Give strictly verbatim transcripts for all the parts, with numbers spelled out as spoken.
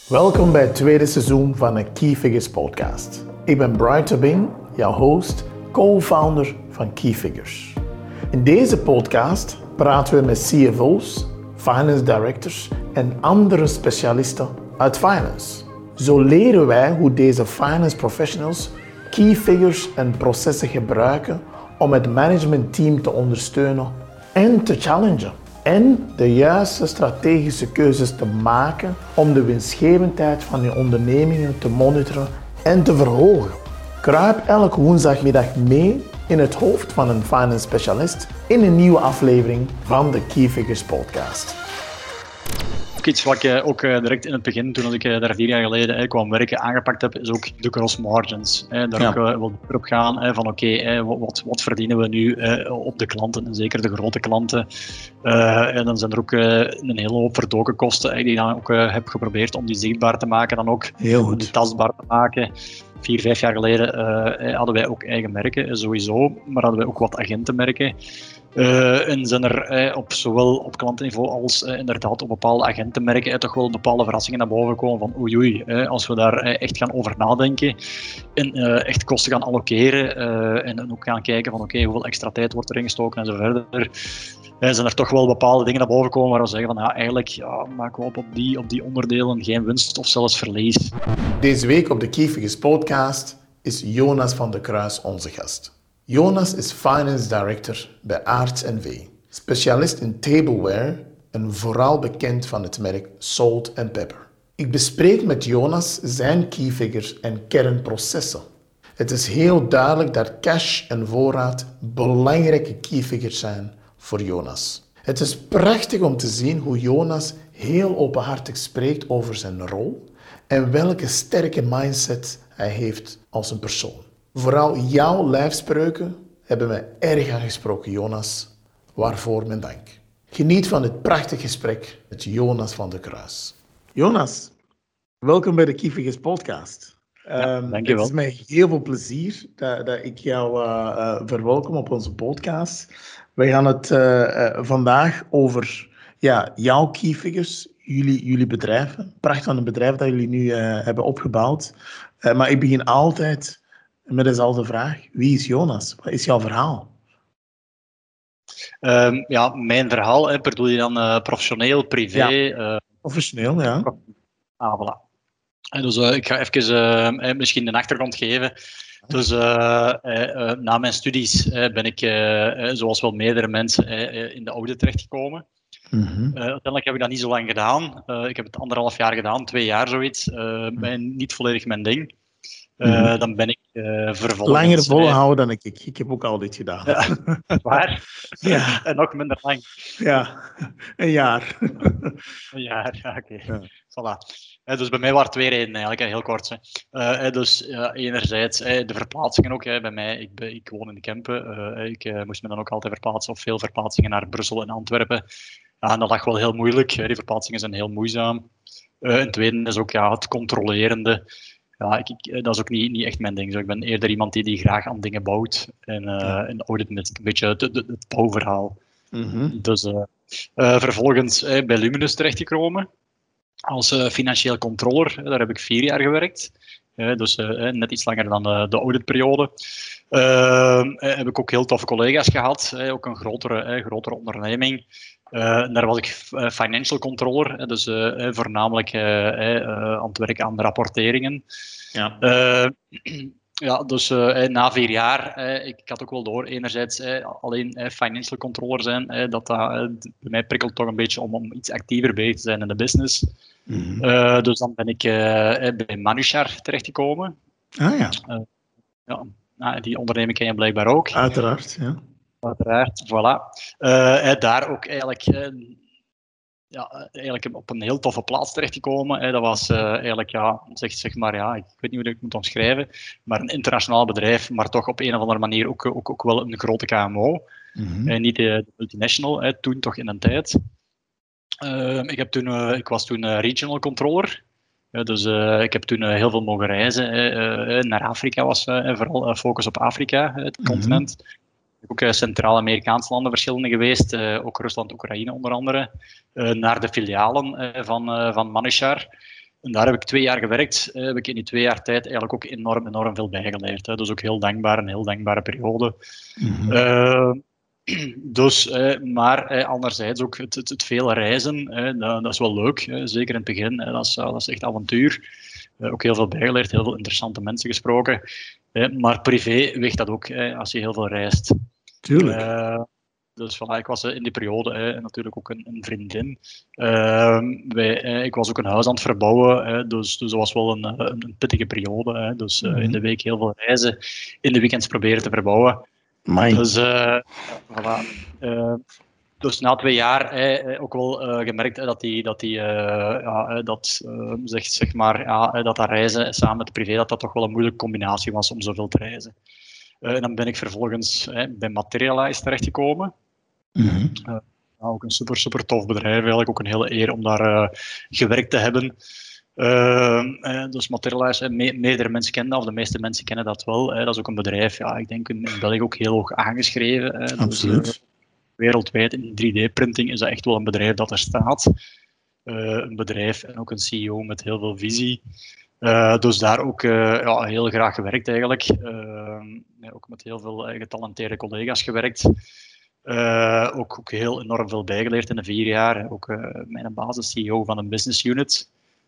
Welkom bij het tweede seizoen van de Key Figures podcast. Ik ben Brian Tobin, jouw host, co-founder van Key Figures. In deze podcast praten we met C F O's, finance directors en andere specialisten uit finance. Zo leren wij hoe deze finance professionals key figures en processen gebruiken om het managementteam te ondersteunen en te challengen. En de juiste strategische keuzes te maken om de winstgevendheid van je ondernemingen te monitoren en te verhogen. Kruip elke woensdagmiddag mee in het hoofd van een finance specialist in een nieuwe aflevering van de Key Figures podcast. Iets wat ik ook direct in het begin, toen ik daar vier jaar geleden kwam werken, aangepakt heb, is ook de gross margins. Daar ja. ook wel dieper op gaan van oké, okay, wat, wat verdienen we nu op de klanten, en zeker de grote klanten. Uh, en dan zijn er ook uh, een hele hoop verdoken kosten die ik dan ook uh, heb geprobeerd om die zichtbaar te maken, dan ook om die tastbaar te maken. Vier, vijf jaar geleden uh, hadden wij ook eigen merken, sowieso, maar hadden wij ook wat agentenmerken. Uh, en zijn er uh, op zowel op klantenniveau als uh, inderdaad op bepaalde agentenmerken uh, toch wel bepaalde verrassingen naar boven komen van oei oei, uh, als we daar uh, echt gaan over nadenken en uh, echt kosten gaan allokeren uh, en, en ook gaan kijken van oké, okay, hoeveel extra tijd wordt erin gestoken en zo verder. Uh, zijn er toch wel bepaalde dingen naar boven komen waar we zeggen van ja, eigenlijk ja, maken we op, op, die, op die onderdelen geen winst of zelfs verlies. Deze week op de Key Figures podcast is Jonas van de Kruis onze gast. Jonas is Finance Director bij Aarts en V, specialist in tableware en vooral bekend van het merk Salt and Pepper. Ik bespreek met Jonas zijn key figures en kernprocessen. Het is heel duidelijk dat cash en voorraad belangrijke key figures zijn voor Jonas. Het is prachtig om te zien hoe Jonas heel openhartig spreekt over zijn rol en welke sterke mindset hij heeft als een persoon. Vooral jouw lijfspreuken hebben mij erg aangesproken, Jonas. Waarvoor mijn dank. Geniet van dit prachtig gesprek met Jonas van de Kruis. Jonas, welkom bij de Key Figures podcast. Ja, um, dank je wel. Het is mij heel veel plezier dat, dat ik jou uh, uh, verwelkom op onze podcast. We gaan het uh, uh, vandaag over ja, jouw Key Figures, jullie, jullie bedrijven. Prachtig van een bedrijf dat jullie nu uh, hebben opgebouwd. Uh, maar ik begin altijd met dezelfde vraag. Wie is Jonas? Wat is jouw verhaal? Um, ja, mijn verhaal, hè, bedoel je dan uh, professioneel, privé? Ja, uh, professioneel, ja. Ah, voilà. En dus uh, ik ga even uh, misschien een achtergrond geven. Dus uh, uh, uh, na mijn studies uh, ben ik, uh, uh, zoals wel meerdere mensen, uh, in de audit terechtgekomen. Mm-hmm. Uh, uiteindelijk heb ik dat niet zo lang gedaan. Uh, ik heb het anderhalf jaar gedaan, twee jaar zoiets. Uh, mm-hmm. Niet volledig mijn ding. Uh, mm-hmm. Dan ben ik uh, vervolgens... Langer volhouden dan ik. Ik heb ook al dit gedaan. Ja, waar? Ja. En nog minder lang. Ja, een jaar. Een jaar, ja, oké. Okay. Ja. Voilà. Uh, dus bij mij waren twee redenen eigenlijk, heel kort. Uh, dus uh, enerzijds uh, de verplaatsingen ook. Uh, bij mij, ik, ben, ik woon in de Kempen. Uh, ik uh, moest me dan ook altijd verplaatsen, of veel verplaatsingen naar Brussel en Antwerpen. Ja, en dat lag wel heel moeilijk. Uh, die verplaatsingen zijn heel moeizaam. Uh, en tweede is ook ja, het controlerende. Ja, ik, ik, dat is ook niet, niet echt mijn ding. Zo, ik ben eerder iemand die, die graag aan dingen bouwt. En, uh, ja. en audit met een beetje het, het, het bouwverhaal. Mm-hmm. Dus uh, uh, vervolgens uh, bij Luminus terechtgekomen. Als uh, financieel controller. Daar heb ik vier jaar gewerkt. Uh, dus uh, net iets langer dan uh, de auditperiode. Uh, uh, heb ik ook heel toffe collega's gehad. Uh, ook een grotere, uh, grotere onderneming. Uh, daar was ik uh, financial controller, dus uh, uh, voornamelijk uh, uh, aan het werken aan de rapporteringen. Ja. Uh, ja, dus uh, na vier jaar, uh, ik had ook wel door, enerzijds uh, alleen uh, financial controller zijn, uh, dat dat uh, bij mij prikkelt toch een beetje om, om iets actiever bezig te zijn in de business. Mm-hmm. Uh, dus dan ben ik uh, bij Manuchar terechtgekomen. Ah ja. Uh, ja, nou, die onderneming ken je blijkbaar ook. Uiteraard, ja. Uiteraard, voilà. Uh, daar ook eigenlijk, uh, ja, eigenlijk op een heel toffe plaats terechtgekomen. Uh, dat was uh, eigenlijk, ja, zeg, zeg maar, ja, ik weet niet hoe ik het moet omschrijven, maar een internationaal bedrijf, maar toch op een of andere manier ook, ook, ook wel een grote K M O. Mm-hmm. Uh, niet de multinational, uh, toen toch in een tijd. Uh, ik, heb toen, uh, ik was toen uh, regional controller. Uh, dus uh, ik heb toen uh, heel veel mogen reizen. Uh, uh, naar Afrika was uh, vooral uh, focus op Afrika, uh, het mm-hmm. continent. Ook uh, Centraal-Amerikaanse landen verschillende geweest, uh, ook Rusland, Oekraïne onder andere, uh, naar de filialen uh, van, uh, van Manuchar. En daar heb ik twee jaar gewerkt. Uh, heb ik in die twee jaar tijd eigenlijk ook enorm, enorm veel bijgeleerd. Hè. Dus ook heel dankbaar, een heel dankbare periode. Mm-hmm. Uh, dus, uh, maar uh, anderzijds ook het, het, het vele reizen, uh, dat, dat is wel leuk. Uh, zeker in het begin, uh, dat, is, uh, dat is echt avontuur. Uh, ook heel veel bijgeleerd, heel veel interessante mensen gesproken. Uh, maar privé weegt dat ook, uh, als je heel veel reist. Tuurlijk. Uh, Dus voilà, ik was in die periode hè, natuurlijk ook een, een vriendin. Uh, wij, hè, ik was ook een huis aan het verbouwen, hè, dus, dus dat was wel een, een, een pittige periode. Hè, dus uh, mm-hmm. in de week heel veel reizen, in de weekends proberen te verbouwen. Amai. Dus, uh, voilà. Uh, dus na twee jaar hè, ook wel uh, gemerkt hè, dat die, dat, die, uh, ja, dat, uh, zeg, zeg maar, ja, dat dat reizen samen met privé dat dat toch wel een moeilijke combinatie was om zoveel te reizen. Uh, en dan ben ik vervolgens hè, bij Materialize terechtgekomen. Mm-hmm. Uh, ook een super, super tof bedrijf, eigenlijk ook een hele eer om daar uh, gewerkt te hebben. Uh, uh, dus Materialize, uh, me- meerdere mensen kennen dat, of de meeste mensen kennen dat wel. Uh, dat is ook een bedrijf, ja, ik denk in, in België ook heel hoog aangeschreven. Uh, Absoluut. Dus, uh, wereldwijd in drie D-printing is dat echt wel een bedrijf dat er staat. Uh, een bedrijf en ook een C E O met heel veel visie. Uh, dus daar ook uh, ja, heel graag gewerkt eigenlijk. Uh, ja, ook met heel veel uh, getalenteerde collega's gewerkt. Uh, ook, ook heel enorm veel bijgeleerd in de vier jaar. Ook uh, mijn basis-C E O van een business unit.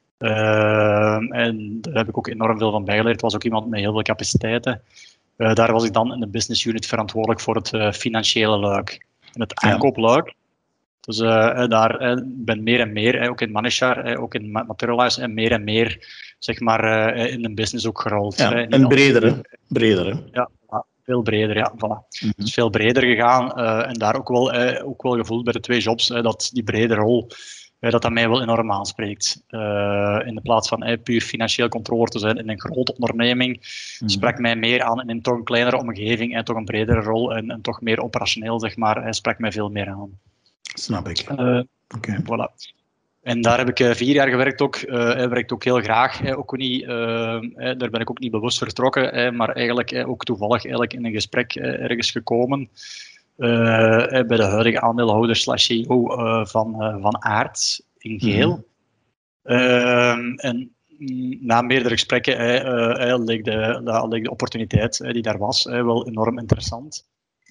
Uh, en daar heb ik ook enorm veel van bijgeleerd. Was ook iemand met heel veel capaciteiten. Uh, daar was ik dan in de business unit verantwoordelijk voor het uh, financiële luik. En het aankoopluik. Dus uh, daar uh, ben meer en meer, uh, ook in Manishar, uh, ook in Materialize, en uh, meer en meer zeg maar, uh, in de business ook gerold. Ja, uh, en breder, hè? Breder, hè? Ja, ja, veel breder, ja. Voilà. Mm-hmm. Dus veel breder gegaan uh, en daar ook wel, uh, ook wel gevoeld bij de twee jobs, uh, dat die brede rol, uh, dat dat mij wel enorm aanspreekt. Uh, in de plaats van uh, puur financieel controle te zijn in een grote onderneming, mm-hmm. sprak mij meer aan in een toch een kleinere omgeving en toch een bredere rol en, en toch meer operationeel, zeg maar, uh, sprak mij veel meer aan. Snap ik. Uh, okay. Voilà. En daar heb ik uh, vier jaar gewerkt ook. Uh, werkt ook heel graag. Uh, ook niet, uh, uh, daar ben ik ook niet bewust vertrokken, uh, maar eigenlijk uh, ook toevallig eigenlijk in een gesprek uh, ergens gekomen uh, uh, bij de huidige aandeelhouder slash C E O uh, van, uh, van Aarts in Geel. Mm-hmm. Uh, en na meerdere gesprekken uh, uh, leek, de, uh, leek de opportuniteit uh, die daar was uh, wel enorm interessant.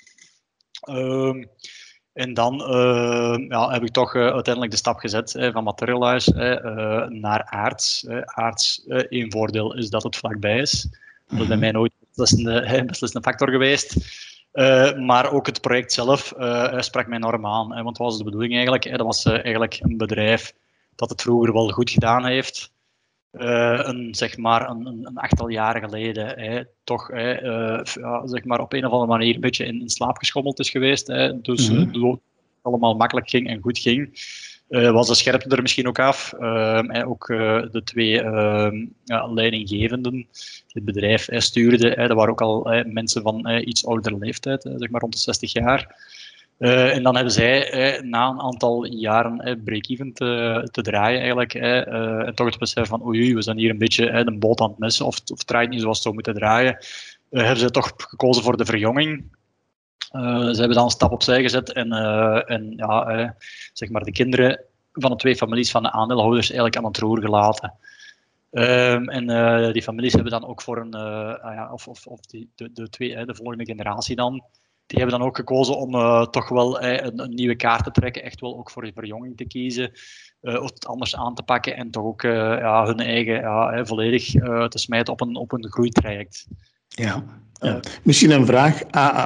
Uh, En dan uh, ja, heb ik toch uh, uiteindelijk de stap gezet uh, van Materialize uh, naar Aarts. Uh, Aarts, uh, één voordeel is dat het vlakbij is. Dat is bij mij nooit een beslissende, beslissende factor geweest. Uh, maar ook het project zelf uh, sprak mij enorm aan. Uh, want wat was de bedoeling eigenlijk? Uh, dat was uh, eigenlijk een bedrijf dat het vroeger wel goed gedaan heeft. Uh, een, zeg maar een, een, een achttal jaren geleden hè, toch hè, uh, ja, zeg maar op een of andere manier een beetje in, in slaap geschommeld is geweest. Hè, dus mm-hmm. uh, het allemaal makkelijk ging en goed ging. Uh, was de scherpte er misschien ook af. Uh, hè, ook uh, de twee uh, ja, leidinggevenden die het bedrijf hè, stuurden, hè, dat waren ook al hè, mensen van hè, iets oudere leeftijd, hè, zeg maar rond de zestig jaar. Uh, en dan hebben zij eh, na een aantal jaren eh, break-even te, te draaien eigenlijk, eh, uh, en toch het besef van oei, we zijn hier een beetje eh, de boot aan het missen of, of het draait niet zoals het zou moeten draaien, uh, hebben ze toch gekozen voor de verjonging. Uh, ze hebben dan een stap opzij gezet en, uh, en ja, eh, zeg maar de kinderen van de twee families van de aandeelhouders eigenlijk aan het roer gelaten. Um, en uh, die families hebben dan ook voor een, uh, ah ja, of, of, of die, de, de, twee, eh, de volgende generatie dan, die hebben dan ook gekozen om uh, toch wel eh, een, een nieuwe kaart te trekken, echt wel ook voor de verjonging te kiezen, uh, of het anders aan te pakken en toch ook uh, ja, hun eigen ja, eh, volledig uh, te smijten op een, op een groeitraject. Ja, ja. Uh, misschien een vraag,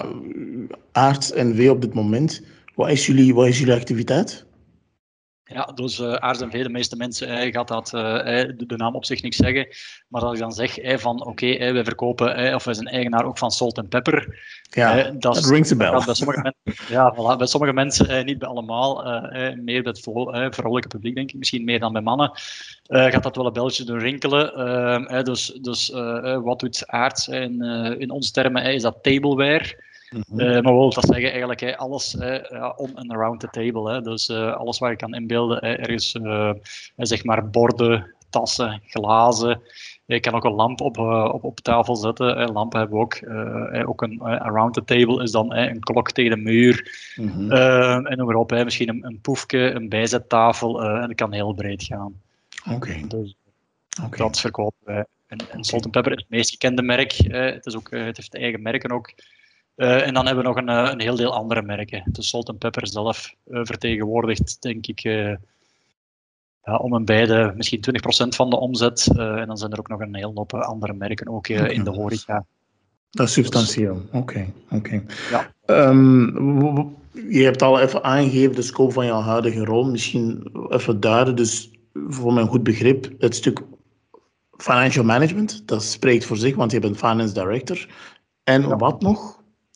Aarts en V op dit moment, wat is jullie, wat is jullie activiteit? Ja, dus uh, Aarts en V, de meeste mensen eh, gaat dat uh, de, de naam op zich niks zeggen. Maar als ik dan zeg eh, van oké, okay, eh, wij verkopen, eh, of wij zijn eigenaar ook van Salt and Pepper. Ja, eh, dat, dat rings a bell. Bij sommige mensen, ja, voilà, bij sommige mensen, eh, niet bij allemaal, eh, meer bij het vro- eh, vrouwelijke publiek denk ik, misschien meer dan bij mannen, uh, gaat dat wel een belletje doen rinkelen. Uh, eh, dus dus uh, wat doet Aarts? In, uh, in onze termen eh, is dat tableware. Mm-hmm. Uh, maar wat wil dat zeggen eigenlijk? Hè, alles uh, ja, on and around the table. Hè, dus uh, alles wat je kan inbeelden. Hè, ergens uh, zeg maar borden, tassen, glazen. Je kan ook een lamp op, uh, op, op tafel zetten. Hè. Lampen hebben we ook. Uh, ook een uh, around the table is dan uh, een klok tegen de muur. Mm-hmm. Uh, en noem maar op. Hè. Misschien een, een poefje, een bijzettafel. Uh, en dat kan heel breed gaan. Oké. Okay. Dus, Okay. Dat verkopen wij. En, en okay. Salt and Pepper is het meest gekende merk. Eh, het, is ook, uh, het heeft eigen merken ook. Uh, en dan hebben we nog een, uh, een heel deel andere merken. De Salt and Pepper zelf uh, vertegenwoordigt, denk ik, uh, ja, om en bij de misschien twintig procent van de omzet. Uh, en dan zijn er ook nog een hele hoop andere merken ook uh, okay. in de horeca. Dat is substantieel. Oké. Okay. Okay. Ja. Um, je hebt al even aangegeven de scope van jouw huidige rol. Misschien even duiden. Dus voor mijn goed begrip, het stuk financial management, dat spreekt voor zich, want je bent finance director. En ja. Wat nog?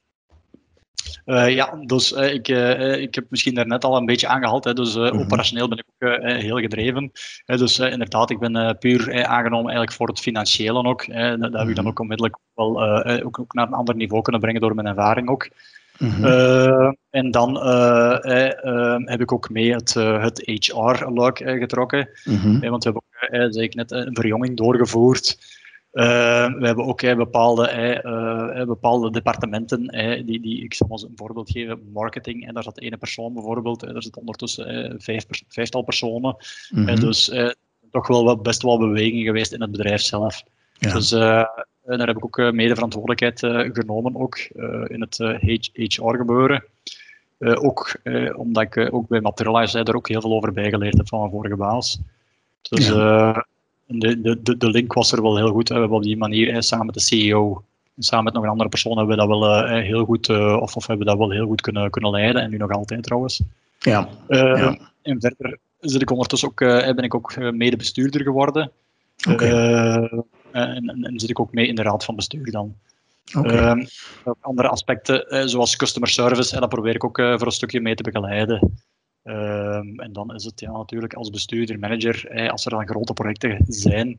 Uh, ja, dus uh, ik, uh, ik heb misschien daarnet al een beetje aangehaald. Hè, dus uh, mm-hmm. Operationeel ben ik ook uh, heel gedreven. Uh, dus uh, inderdaad, ik ben uh, puur uh, aangenomen eigenlijk voor het financiële ook. Uh, dat mm-hmm. heb ik dan ook onmiddellijk wel uh, ook, ook naar een ander niveau kunnen brengen door mijn ervaring ook. Mm-hmm. Uh, en dan uh, uh, uh, heb ik ook mee het, uh, het H R-luik uh, getrokken. Mm-hmm. Uh, want we hebben ook, uh, zei ik net, een verjonging doorgevoerd. Uh, we hebben ook uh, bepaalde, uh, uh, bepaalde departementen, uh, die, die, ik zal maar een voorbeeld geven, marketing, en daar zat één persoon bijvoorbeeld, uh, daar zitten ondertussen uh, vijf, vijftal personen, mm-hmm. uh, dus uh, toch wel wat, best wel beweging geweest in het bedrijf zelf. Ja. Dus uh, daar heb ik ook uh, mede verantwoordelijkheid uh, genomen, ook uh, in het uh, H R gebeuren. Uh, ook uh, omdat ik uh, ook bij Materialize uh, er ook heel veel over bijgeleerd heb van mijn vorige baas. Dus ja. uh, De, de, de link was er wel heel goed. We hebben op die manier, eh, samen met de C E O, samen met nog een andere persoon, hebben we dat wel eh, heel goed, uh, of, of hebben we dat wel heel goed kunnen, kunnen leiden. En nu nog altijd trouwens. Ja. Uh, ja. En verder zit ik ondertussen ook, uh, ben ik ook medebestuurder geworden. Okay. Uh, en, en, en zit ik ook mee in de raad van bestuur dan. Okay. Uh, andere aspecten, uh, zoals customer service, en dat probeer ik ook uh, voor een stukje mee te begeleiden. Uh, en dan is het ja, natuurlijk als bestuurder, manager, eh, als er dan grote projecten zijn,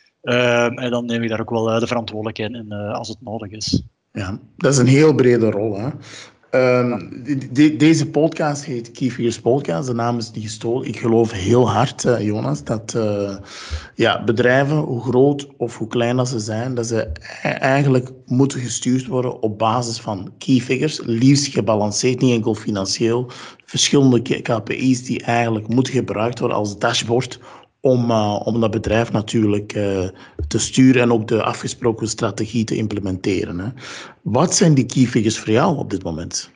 uh, en dan neem ik daar ook wel uh, de verantwoordelijkheid in uh, als het nodig is. Ja, dat is een heel brede rol. Hè? Um, de, de, deze podcast heet Key Figures Podcast. De naam is niet gestolen. Ik geloof heel hard, uh, Jonas, dat uh, ja, bedrijven, hoe groot of hoe klein dat ze zijn, dat ze eigenlijk moeten gestuurd worden op basis van key figures, liefst gebalanceerd, niet enkel financieel, verschillende K P I's die eigenlijk moeten gebruikt worden als dashboard om, uh, om dat bedrijf natuurlijk uh, te sturen en ook de afgesproken strategie te implementeren. Hè. Wat zijn die key figures voor jou op dit moment?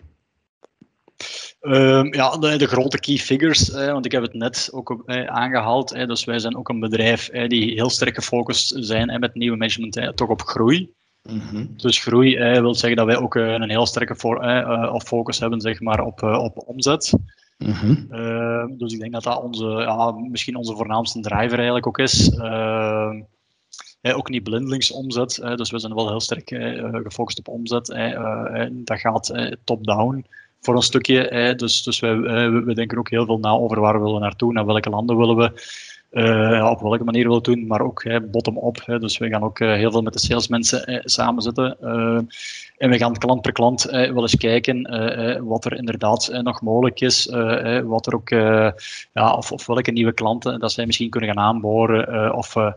Uh, ja, de, de grote key figures, eh, want ik heb het net ook eh, aangehaald. Eh, dus wij zijn ook een bedrijf eh, die heel sterk gefocust zijn eh, met nieuwe management eh, toch op groei. Mm-hmm. Dus groei eh, wil zeggen dat wij ook uh, een heel sterke for, uh, focus hebben zeg maar, op, uh, op omzet. Mm-hmm. Uh, dus ik denk dat dat onze, ja, misschien onze voornaamste driver eigenlijk ook is. Uh, eh, ook niet blindelings omzet, eh, dus we zijn wel heel sterk eh, gefocust op omzet. Eh, uh, dat gaat eh, top-down voor een stukje. Eh, dus dus wij, uh, we denken ook heel veel na over waar we willen naartoe, naar welke landen willen we. Uh, op welke manier we het doen, maar ook uh, bottom-up. Uh, dus we gaan ook uh, heel veel met de salesmensen uh, samen zitten. Uh, en we gaan klant per klant uh, wel eens kijken uh, uh, wat er inderdaad uh, nog mogelijk is. Uh, uh, wat er ook, uh, ja, of, of welke nieuwe klanten dat zij misschien kunnen gaan aanboren. Uh, of uh,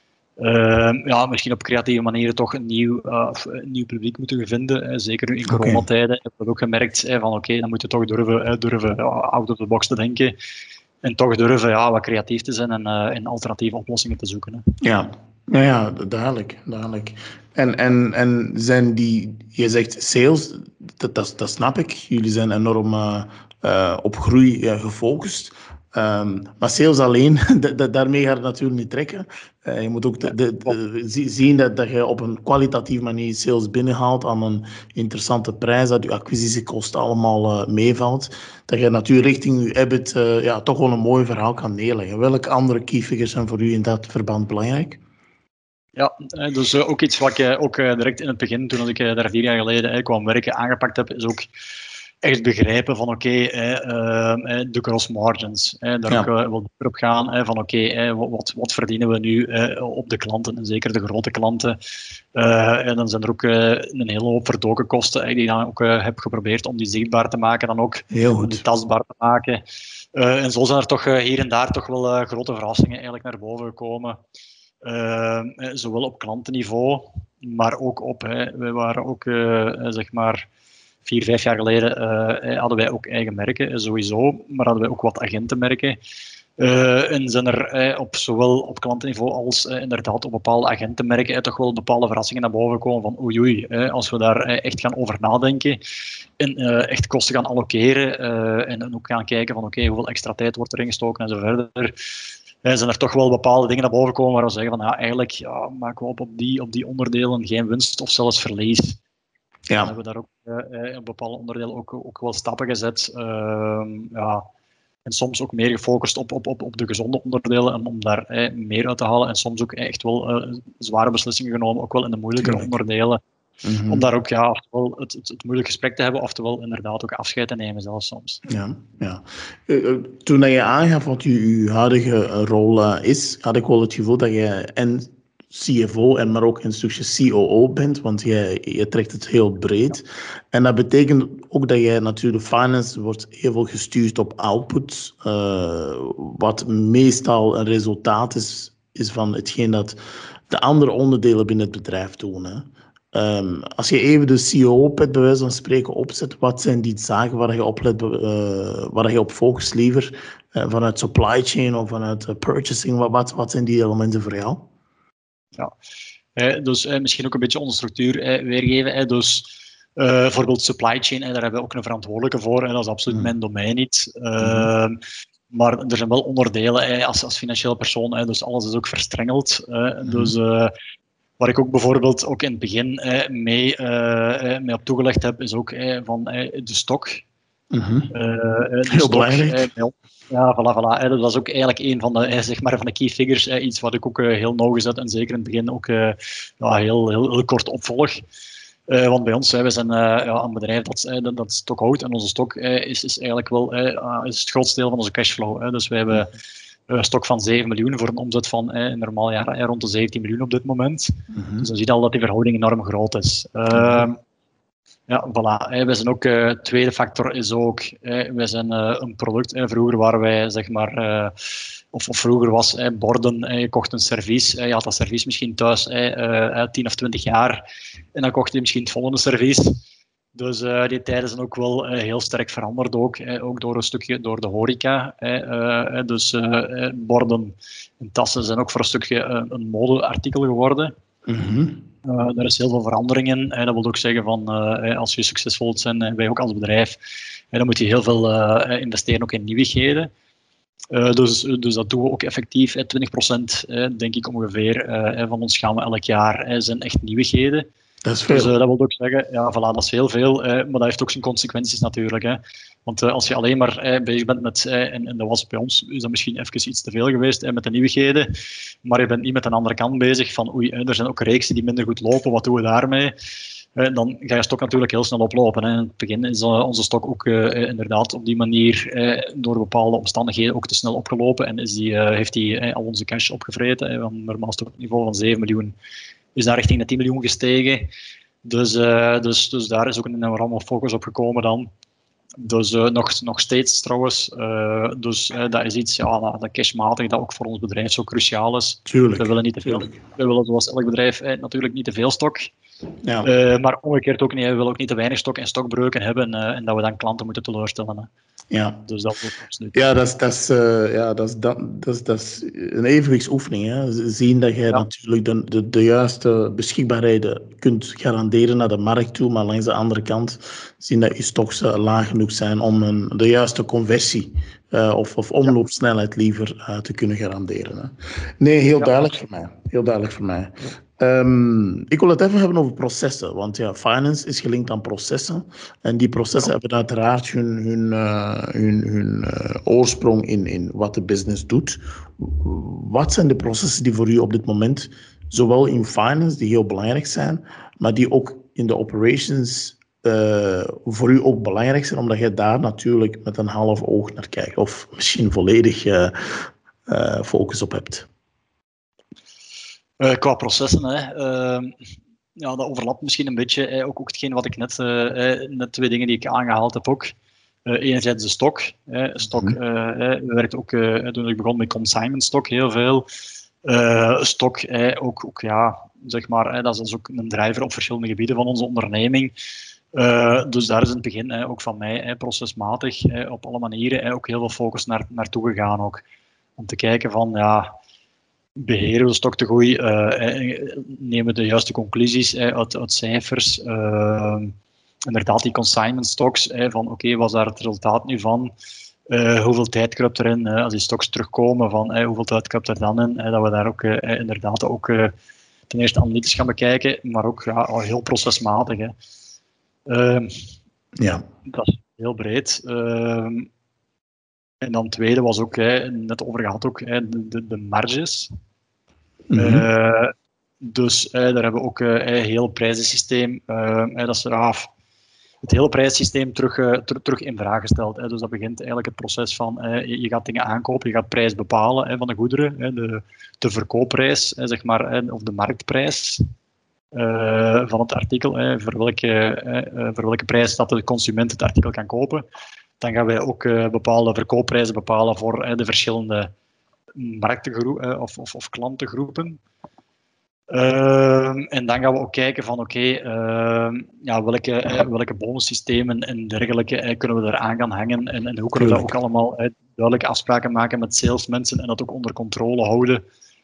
uh, ja, misschien op creatieve manieren toch een nieuw, uh, een nieuw publiek moeten vinden. Uh, zeker nu in coronatijden okay. hebben we ook gemerkt uh, van oké, okay, dan moeten we toch durven, uh, durven uh, out of the box te denken. En toch durven ja, wat creatief te zijn en, uh, en alternatieve oplossingen te zoeken. Hè. Ja, ja, ja duidelijk. duidelijk. En, en, en zijn die, je zegt sales, dat, dat, dat snap ik. Jullie zijn enorm uh, uh, op groei uh, gefocust. Um, maar sales alleen, d- d- daarmee gaat het natuurlijk niet trekken. Uh, je moet ook de, de, de, zien dat, dat je op een kwalitatieve manier sales binnenhaalt aan een interessante prijs, dat je acquisitiekosten allemaal uh, meevalt. Dat je natuurlijk richting je E B I T uh, ja, toch wel een mooi verhaal kan neerleggen. Welke andere key figures zijn voor u in dat verband belangrijk? Ja, dus uh, ook iets wat ik ook uh, direct in het begin, toen ik uh, daar vier jaar geleden uh, kwam werken, aangepakt heb, is ook echt begrijpen van oké, okay, uh, de gross margins. Uh, daar ja. ook uh, wel dieper op gaan uh, van oké, okay, uh, wat, wat verdienen we nu uh, op de klanten, en zeker de grote klanten. Uh, en dan zijn er ook uh, een hele hoop verdoken kosten uh, die ik dan ook uh, heb geprobeerd om die zichtbaar te maken, dan ook om die tastbaar te maken. Uh, en zo zijn er toch uh, hier en daar toch wel uh, grote verrassingen eigenlijk naar boven gekomen. Uh, zowel op klantenniveau, maar ook op, hè, we waren ook uh, zeg maar vier, vijf jaar geleden uh, hadden wij ook eigen merken, sowieso, maar hadden wij ook wat agentenmerken. Uh, en zijn er eh, op, zowel op klantenniveau als eh, inderdaad op bepaalde agentenmerken eh, toch wel bepaalde verrassingen naar boven komen van oei oei, eh, als we daar eh, echt gaan over nadenken en uh, echt kosten gaan allokeren uh, en, en ook gaan kijken van oké, okay, hoeveel extra tijd wordt erin gestoken en zo verder, eh, zijn er toch wel bepaalde dingen naar boven komen waar we zeggen van ja, eigenlijk ja, maken we op, op, die, op die onderdelen geen winst of zelfs verlies. Ja. Dan hebben we daar ook uh, op bepaalde onderdelen ook, ook wel stappen gezet. Uh, ja, En soms ook meer gefocust op, op, op, op de gezonde onderdelen om, om daar eh, meer uit te halen. En soms ook echt wel uh, zware beslissingen genomen, ook wel in de moeilijkere mm. onderdelen. Mm-hmm. Om daar ook ja, oftewel het, het, het moeilijk gesprek te hebben, oftewel inderdaad ook afscheid te nemen zelfs soms. Ja, ja. Uh, toen je aangaf wat je, je huidige rol uh, is, had ik wel het gevoel dat je en C F O en maar ook een stukje C O O bent, want je, je trekt het heel breed. Ja. En dat betekent ook dat je natuurlijk, finance wordt heel veel gestuurd op output, uh, wat meestal een resultaat is, is van hetgeen dat de andere onderdelen binnen het bedrijf doen. Hè. Um, als je even de C O O-pet bij wijze van spreken opzet, wat zijn die zaken waar je op, let, uh, waar je op focust liever? Uh, vanuit supply chain of vanuit uh, purchasing, wat, wat zijn die elementen voor jou? Ja, eh, dus eh, misschien ook een beetje onze structuur eh, weergeven. Eh, dus uh, bijvoorbeeld supply chain, eh, daar hebben we ook een verantwoordelijke voor. En dat is absoluut mm. mijn domein niet. Uh, mm. Maar er zijn wel onderdelen eh, als, als financieel persoon. Eh, dus alles is ook verstrengeld. Eh, mm. Dus uh, waar ik ook bijvoorbeeld ook in het begin eh, mee, uh, mee op toegelegd heb, is ook eh, van eh, de stok. Mm-hmm. Uh, de Heel stok, belangrijk. Eh, Ja, voilà, voilà. Dat was ook eigenlijk een van de, zeg maar, van de key figures. Iets wat ik ook heel nauwgezet en zeker in het begin ook ja, heel, heel, heel kort opvolg. Uh, want bij ons, we zijn uh, ja, een bedrijf dat, dat, dat stok houdt. En onze stok uh, is, is eigenlijk wel uh, is het grootste deel van onze cashflow. Uh, dus we hebben een stok van zeven miljoen voor een omzet van uh, in een normaal jaar uh, rond de zeventien miljoen op dit moment. Mm-hmm. Dus dan zie je al dat die verhouding enorm groot is. Uh, mm-hmm. Ja, voilà. We zijn ook, uh, tweede factor is ook, uh, wij zijn uh, een product. Uh, vroeger waren wij, zeg maar, uh, of, of vroeger was uh, borden, uh, je kocht een servies, uh, je had dat servies misschien thuis uh, uh, tien of twintig jaar en dan kocht je misschien het volgende servies. Dus uh, die tijden zijn ook wel uh, heel sterk veranderd, ook, uh, ook door een stukje door de horeca. Uh, uh, dus uh, borden en tassen zijn ook voor een stukje uh, een modeartikel geworden. Mm-hmm. Uh, er is heel veel verandering in. Uh, dat wil ook zeggen van uh, als je succesvol wilt zijn, uh, wij ook als bedrijf, uh, dan moet je heel veel uh, investeren ook in nieuwigheden. Uh, dus, dus dat doen we ook effectief. Uh, twintig procent uh, denk ik ongeveer uh, van ons gaan we elk jaar uh, zijn echt nieuwigheden. Dat is veel. Dus uh, dat wil ook zeggen, ja, voilà, dat is heel veel, uh, maar dat heeft ook zijn consequenties natuurlijk. Hè. Want uh, als je alleen maar uh, bezig bent met, uh, en, en dat was bij ons, is dat misschien even iets te veel geweest uh, met de nieuwigheden, maar je bent niet met een andere kant bezig van oei, uh, er zijn ook reeksen die minder goed lopen, wat doen we daarmee? Uh, dan ga je stok natuurlijk heel snel oplopen. Hè. In het begin is uh, onze stok ook uh, inderdaad op die manier uh, door bepaalde omstandigheden ook te snel opgelopen en is die, uh, heeft die uh, al onze cash opgevreten. Uh, van normaal stokniveau van zeven miljoen is daar richting de tien miljoen gestegen. Dus, uh, dus, dus daar is ook een enorme focus op gekomen dan. Dus uh, nog, nog steeds trouwens. Uh, dus uh, dat is iets, ja, dat, dat cashmatig, dat ook voor ons bedrijf zo cruciaal is. Tuurlijk. We willen niet te veel. Tuurlijk. We willen zoals elk bedrijf eh, natuurlijk niet te veel stok. Ja. Uh, maar omgekeerd ook niet. We willen ook niet te weinig stok en stokbreuken hebben uh, en dat we dan klanten moeten teleurstellen. Hè. Ja. Dus dat is absoluut. Ja, dat is, dat is, uh, ja, dat is, dat, dat is, dat is een evenwichtsoefening. Hè. Zien dat je ja. natuurlijk de, de, de juiste beschikbaarheden kunt garanderen naar de markt toe, maar langs de andere kant zien dat je stocks uh, laag genoeg zijn om een, de juiste conversie uh, of, of omloopsnelheid liever uh, te kunnen garanderen. Hè. Nee, heel ja, duidelijk voor mij. Heel duidelijk voor mij. Um, ik wil het even hebben over processen, want ja, finance is gelinkt aan processen en die processen ja. hebben uiteraard hun, hun, uh, hun, hun uh, oorsprong in, in wat de business doet. Wat zijn de processen die voor u op dit moment, zowel in finance, die heel belangrijk zijn, maar die ook in de operations uh, voor u ook belangrijk zijn, omdat je daar natuurlijk met een half oog naar kijkt of misschien volledig uh, uh, focus op hebt? Uh, qua processen, hè. Uh, ja, dat overlapt misschien een beetje. Hè. Ook, ook hetgeen wat ik net, uh, net twee dingen die ik aangehaald heb ook. Uh, enerzijds de stok. Hè. Stok mm-hmm. uh, we werken ook, uh, toen ik begon met consignment stok heel veel. Uh, stok, uh, ook, ook ja, zeg maar, uh, dat is ook een drijver op verschillende gebieden van onze onderneming. Uh, dus daar is in het begin hè, ook van mij hè, procesmatig hè, op alle manieren hè, ook heel veel focus naar, naartoe gegaan. Ook. Om te kijken van, ja, beheren we de stok te goed, uh, nemen we de juiste conclusies hè, uit, uit cijfers. Uh, inderdaad, die consignment stocks, hè, van oké, okay, was daar het resultaat nu van? Uh, hoeveel tijd kruipt erin? Hè, als die stocks terugkomen, van, hè, hoeveel tijd kruipt er dan in? Hè, dat we daar ook uh, inderdaad ook uh, ten eerste analytisch gaan bekijken, maar ook ja, heel procesmatig. Hè. Uh, ja. Dat is heel breed. Uh, en dan het tweede was ook, hè, net over gehad, ook, hè, de, de, de marges. Mm-hmm. Uh, dus hè, daar hebben we ook een uh, heel prijzensysteem. Uh, hè, dat is eraf. Het hele prijssysteem terug, uh, ter, terug in vraag gesteld. Hè. Dus dat begint eigenlijk het proces van uh, je, je gaat dingen aankopen, je gaat prijs bepalen hè, van de goederen, hè, de, de verkoopprijs, hè, zeg maar, hè, of de marktprijs uh, van het artikel, hè, voor, welke, uh, voor welke prijs dat de consument het artikel kan kopen. Dan gaan wij ook uh, bepaalde verkoopprijzen bepalen voor uh, de verschillende marktengroepen uh, of, of, of klantengroepen. Uh, en dan gaan we ook kijken van oké, okay, uh, ja, welke, uh, welke bonussystemen en dergelijke uh, kunnen we eraan gaan hangen en, en hoe kunnen we dat ook allemaal uh, duidelijke afspraken maken met salesmensen en dat ook onder controle houden.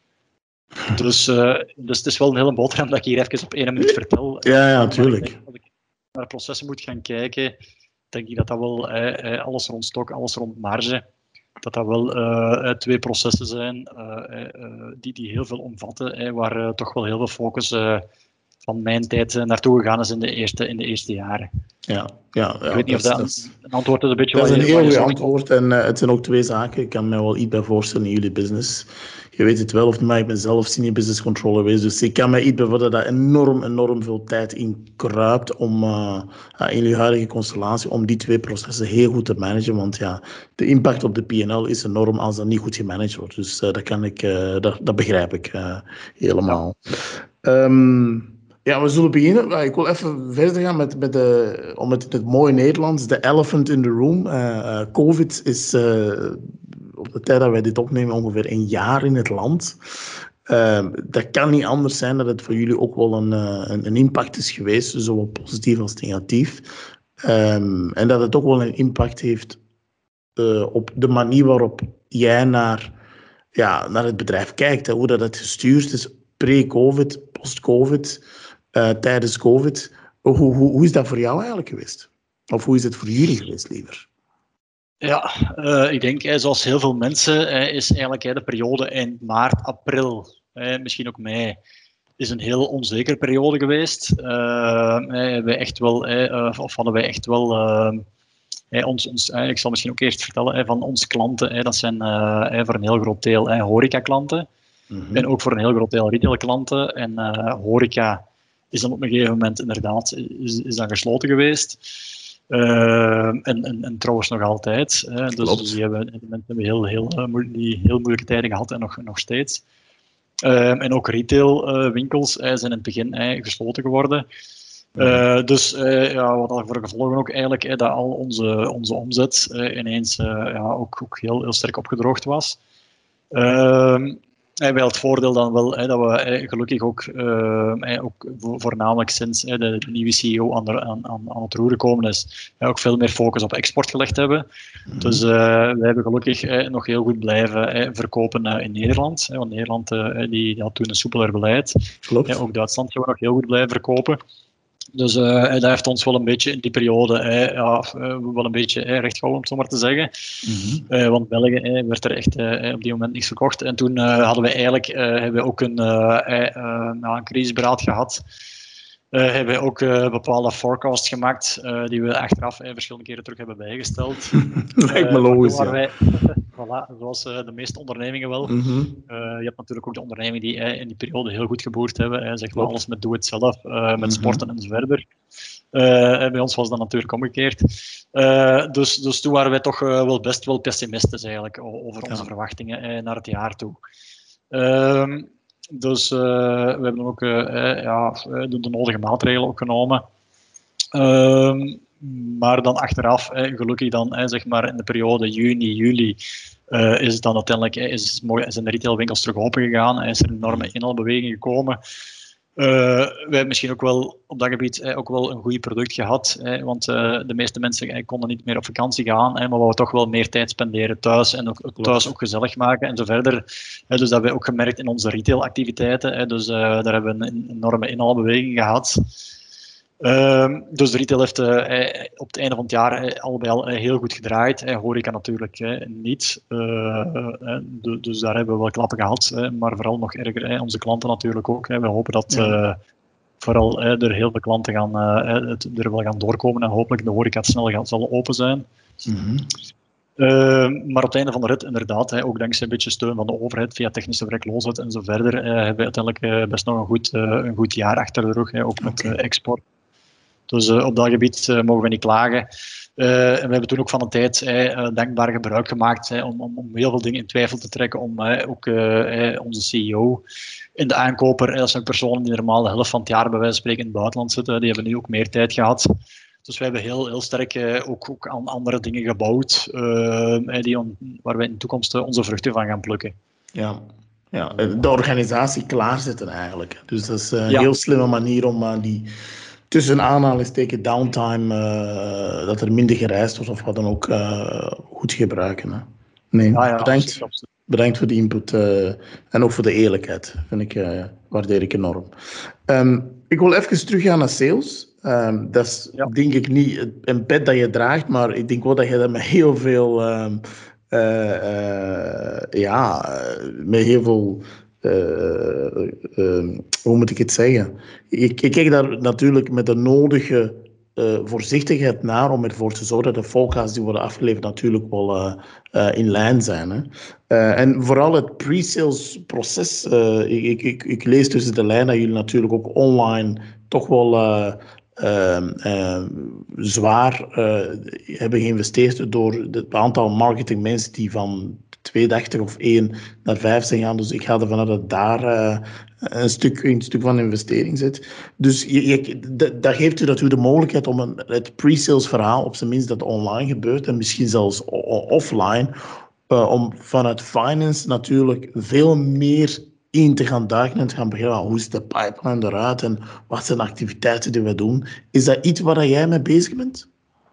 Dus, uh, dus het is wel een hele boterham dat ik hier even op één minuut vertel. Ja, ja, natuurlijk. Als ik naar processen moet gaan kijken, denk ik dat dat wel uh, uh, alles rond stok, alles rond marge, dat dat wel uh, twee processen zijn uh, uh, die, die heel veel omvatten, uh, waar uh, toch wel heel veel focus uh, van mijn tijd uh, naartoe gegaan is in de eerste, in de eerste jaren. Ja, ja, ja, ik weet niet dat of dat, is, dat een antwoord is een beetje... Dat is een je, heel goed je antwoord en uh, het zijn ook twee zaken. Ik kan me wel iets bij voorstellen in jullie business. Je weet het wel of niet, maar ik ben zelf senior business controller geweest, dus ik kan me iets bij voorstellen dat enorm, enorm veel tijd in kruipt om uh, in jullie huidige constellatie om die twee processen heel goed te managen, want ja, de impact op de P en L is enorm als dat niet goed gemanaged wordt. Dus uh, dat kan ik, uh, dat, dat begrijp ik uh, helemaal. Ja. Um, Ja, we zullen beginnen. Ik wil even verder gaan met, met de, om het in het mooie Nederlands, de elephant in the room. Uh, uh, COVID is uh, op de tijd dat wij dit opnemen ongeveer een jaar in het land. Uh, dat kan niet anders zijn dat het voor jullie ook wel een, uh, een, een impact is geweest, zowel positief als negatief. Um, en dat het ook wel een impact heeft uh, op de manier waarop jij naar, ja, naar het bedrijf kijkt. Hè, hoe dat het gestuurd is pre-COVID, post-COVID. Uh, tijdens COVID. Hoe, hoe, hoe is dat voor jou eigenlijk geweest? Of hoe is het voor jullie geweest, liever? Ja, uh, ik denk, hè, zoals heel veel mensen, hè, is eigenlijk hè, de periode eind maart, april, hè, misschien ook mei, is een heel onzekere periode geweest. Uh, hè, wij echt wel, hè, of hadden wij echt wel... Uh, hè, ons, ons, hè, ik zal misschien ook eerst vertellen, hè, van onze klanten, hè, dat zijn uh, hè, voor een heel groot deel hè, horeca-klanten. Mm-hmm. En ook voor een heel groot deel retail-klanten. En uh, horeca... is dan op een gegeven moment inderdaad is, is dan gesloten geweest. Uh, en, en, en trouwens nog altijd. Hè. Dus, dus die hebben, die mensen hebben heel, heel, uh, die heel moeilijke tijden gehad en nog, nog steeds. Uh, en ook retailwinkels uh, zijn in het begin uh, gesloten geworden. Uh, dus uh, ja, wat had voor gevolgen ook eigenlijk uh, dat al onze, onze omzet uh, ineens uh, ja, ook, ook heel, heel sterk opgedroogd was. Uh, Wij hebben het voordeel dan wel hè, dat we hè, gelukkig ook, uh, ook voornamelijk sinds hè, de, de nieuwe C E O aan, de, aan, aan het roer gekomen is, hè, ook veel meer focus op export gelegd hebben. Mm-hmm. Dus uh, wij hebben gelukkig hè, nog heel goed blijven hè, verkopen uh, in Nederland. Hè, want Nederland uh, die, die had toen een soepeler beleid. Klopt. Ja, ook Duitsland hebben we nog heel goed blijven verkopen. Dus uh, dat heeft ons wel een beetje in die periode eh, ja, wel een beetje eh, recht gehouden, om het zo maar te zeggen. Mm-hmm. Uh, want België eh, werd er echt eh, op die moment niks verkocht. En toen uh, hadden we eigenlijk uh, hebben we ook een, uh, uh, uh, een crisisberaad gehad. Uh, hebben we ook uh, bepaalde forecasts gemaakt uh, die we achteraf uh, verschillende keren terug hebben bijgesteld. Lijkt me logisch, ja. Wij, voilà, zoals uh, de meeste ondernemingen wel. Mm-hmm. Uh, je hebt natuurlijk ook de ondernemingen die uh, in die periode heel goed geboerd hebben. Uh, zeg maar alles met doe-het-zelf, uh, met mm-hmm. sporten en zo verder. Uh, bij ons was dat natuurlijk omgekeerd. Uh, dus, dus toen waren wij toch uh, wel best wel pessimistisch eigenlijk over onze ja. verwachtingen uh, naar het jaar toe. Uh, Dus uh, we hebben ook uh, uh, ja, de, de nodige maatregelen ook genomen. Uh, maar dan achteraf, uh, gelukkig dan, uh, zeg maar in de periode juni, juli, uh, is het dan uiteindelijk, uh, is, zijn de retailwinkels terug open gegaan. Uh, is er een enorme inhaalbeweging gekomen. Uh, wij hebben misschien ook wel op dat gebied eh, ook wel een goed product gehad, eh, want uh, de meeste mensen eh, konden niet meer op vakantie gaan, eh, maar we toch wel meer tijd spenderen thuis en ook, thuis ook gezellig maken en zo verder. Eh, dus dat hebben we ook gemerkt in onze retailactiviteiten. Eh, dus uh, daar hebben we een enorme inhaalbeweging gehad. Uh, dus de retail heeft uh, eh, op het einde van het jaar eh, al bij al eh, heel goed gedraaid. Eh, horeca natuurlijk eh, niet. Uh, uh, de, dus daar hebben we wel klappen gehad. Eh, maar vooral nog erger, eh, onze klanten natuurlijk ook. Eh. We hopen dat uh, ja. vooral eh, er heel veel klanten gaan, uh, het, er wel gaan doorkomen en hopelijk de horeca snel gaan, zal open zijn. Mm-hmm. Uh, maar op het einde van de rit, inderdaad, hè, ook dankzij een beetje steun van de overheid via technische werkloosheid en zo verder, uh, hebben we uiteindelijk uh, best nog een goed, uh, een goed jaar achter de rug, hè, ook met uh, export. Dus uh, op dat gebied uh, mogen we niet klagen. Uh, en we hebben toen ook van een tijd uh, dankbaar gebruik gemaakt uh, om, om, om heel veel dingen in twijfel te trekken, om uh, ook uh, uh, onze C E O en de aankoper, uh, dat zijn personen die normaal de helft van het jaar bij wijze van spreken in het buitenland zitten, die hebben nu ook meer tijd gehad. Dus we hebben heel, heel sterk uh, ook, ook aan andere dingen gebouwd, uh, die on, waar we in de toekomst uh, onze vruchten van gaan plukken. Ja. Ja, de organisatie klaarzetten eigenlijk. Dus dat is een ja. heel slimme manier om uh, die tussen aanhalingstekens downtime, uh, dat er minder gereisd wordt of wat dan ook, uh, goed gebruiken. Hè. Nee, ja, ja, bedankt. absoluut, absoluut. Bedankt voor de input uh, en ook voor de eerlijkheid. Vind ik, uh, waardeer ik enorm. Um, ik wil even teruggaan naar sales. Um, dat is ja. denk ik niet een pet dat je draagt, maar ik denk wel dat je dat met heel veel, um, uh, uh, ja, met heel veel, uh, uh, hoe moet ik het zeggen? Ik, ik kijk daar natuurlijk met de nodige uh, voorzichtigheid naar om ervoor te zorgen dat de forecasts die worden afgeleverd natuurlijk wel uh, uh, in lijn zijn. Hè? Uh, en vooral het pre-sales proces. Uh, ik, ik, ik lees tussen de lijnen dat jullie natuurlijk ook online toch wel uh, uh, uh, zwaar uh, hebben geïnvesteerd door het aantal marketingmensen die van tweeëntachtig of één naar vijf zijn gaan. Dus ik ga ervan uit dat daar uh, een, stuk, een stuk van investering zit. Dus je, je, dat, dat geeft u natuurlijk de mogelijkheid om een, het pre-sales verhaal, op zijn minst dat online gebeurt, en misschien zelfs o- offline, uh, om vanuit finance natuurlijk veel meer in te gaan duiken en te gaan begrijpen hoe ziet de pipeline eruit en wat zijn de activiteiten die we doen. Is dat iets waar jij mee bezig bent?